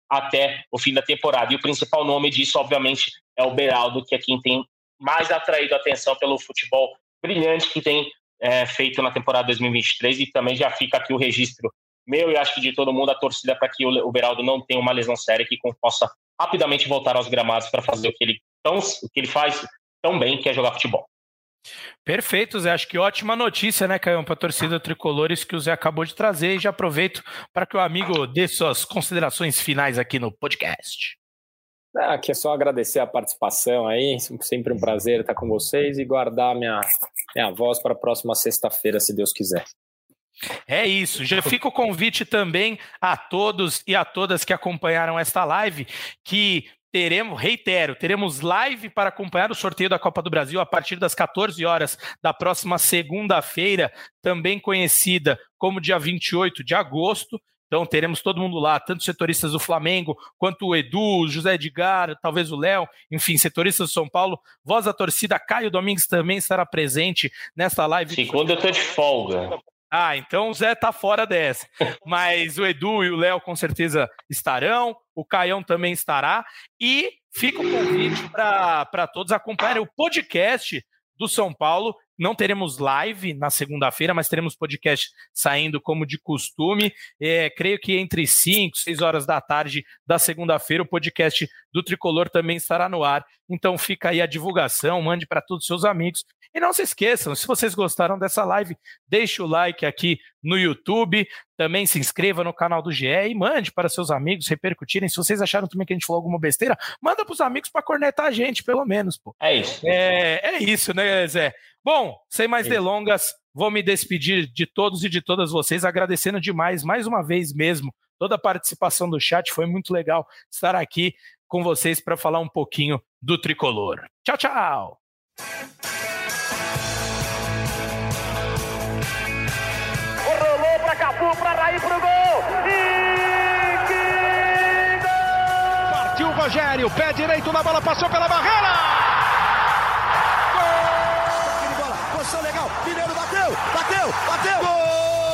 até o fim da temporada. E o principal nome disso, obviamente, é o Beraldo, que é quem tem mais atraído a atenção pelo futebol brilhante que tem feito na temporada 2023, e também já fica aqui o registro meu e acho que de todo mundo, a torcida, para que o Beraldo não tenha uma lesão séria e que possa rapidamente voltar aos gramados para fazer o que ele faz tão bem, que é jogar futebol. Perfeito, Zé. Acho que ótima notícia, né, Caio, para a torcida tricolor, isso que o Zé acabou de trazer, e já aproveito para que o amigo dê suas considerações finais aqui no podcast. Aqui é só agradecer a participação aí, sempre um prazer estar com vocês e guardar minha voz para a próxima sexta-feira, se Deus quiser. É isso, já fica o convite também a todos e a todas que acompanharam esta live, que teremos live para acompanhar o sorteio da Copa do Brasil a partir das 14 horas da próxima segunda-feira, também conhecida como dia 28 de agosto. Então teremos todo mundo lá, tanto setoristas do Flamengo, quanto o Edu, o José Edgar, talvez o Léo, enfim, setoristas do São Paulo. Voz da torcida, Caio Domingues também estará presente nesta live. Segunda eu tô de folga. Então o Zé tá fora dessa. Mas o Edu e o Léo com certeza estarão, o Caião também estará. E fica o convite para todos acompanharem o podcast do São Paulo. Não teremos live na segunda-feira, mas teremos podcast saindo como de costume. Creio que entre 5 e 6 horas da tarde da segunda-feira o podcast do Tricolor também estará no ar. Então fica aí a divulgação, mande para todos os seus amigos. E não se esqueçam, se vocês gostaram dessa live, deixe o like aqui no YouTube, também se inscreva no canal do GE e mande para seus amigos repercutirem. Se vocês acharam também que a gente falou alguma besteira, manda para os amigos para cornetar a gente, pelo menos. Pô. É isso. É isso, né, Zé? Bom, sem mais delongas, vou me despedir de todos e de todas vocês, agradecendo demais, mais uma vez mesmo, toda a participação do chat. Foi muito legal estar aqui com vocês para falar um pouquinho do Tricolor. Tchau, tchau! Rolou para Cafu, para Raí, pro gol! E que gol! Partiu o Rogério, pé direito na bola, passou pela barreira! Legal, Mineiro bateu! Gol!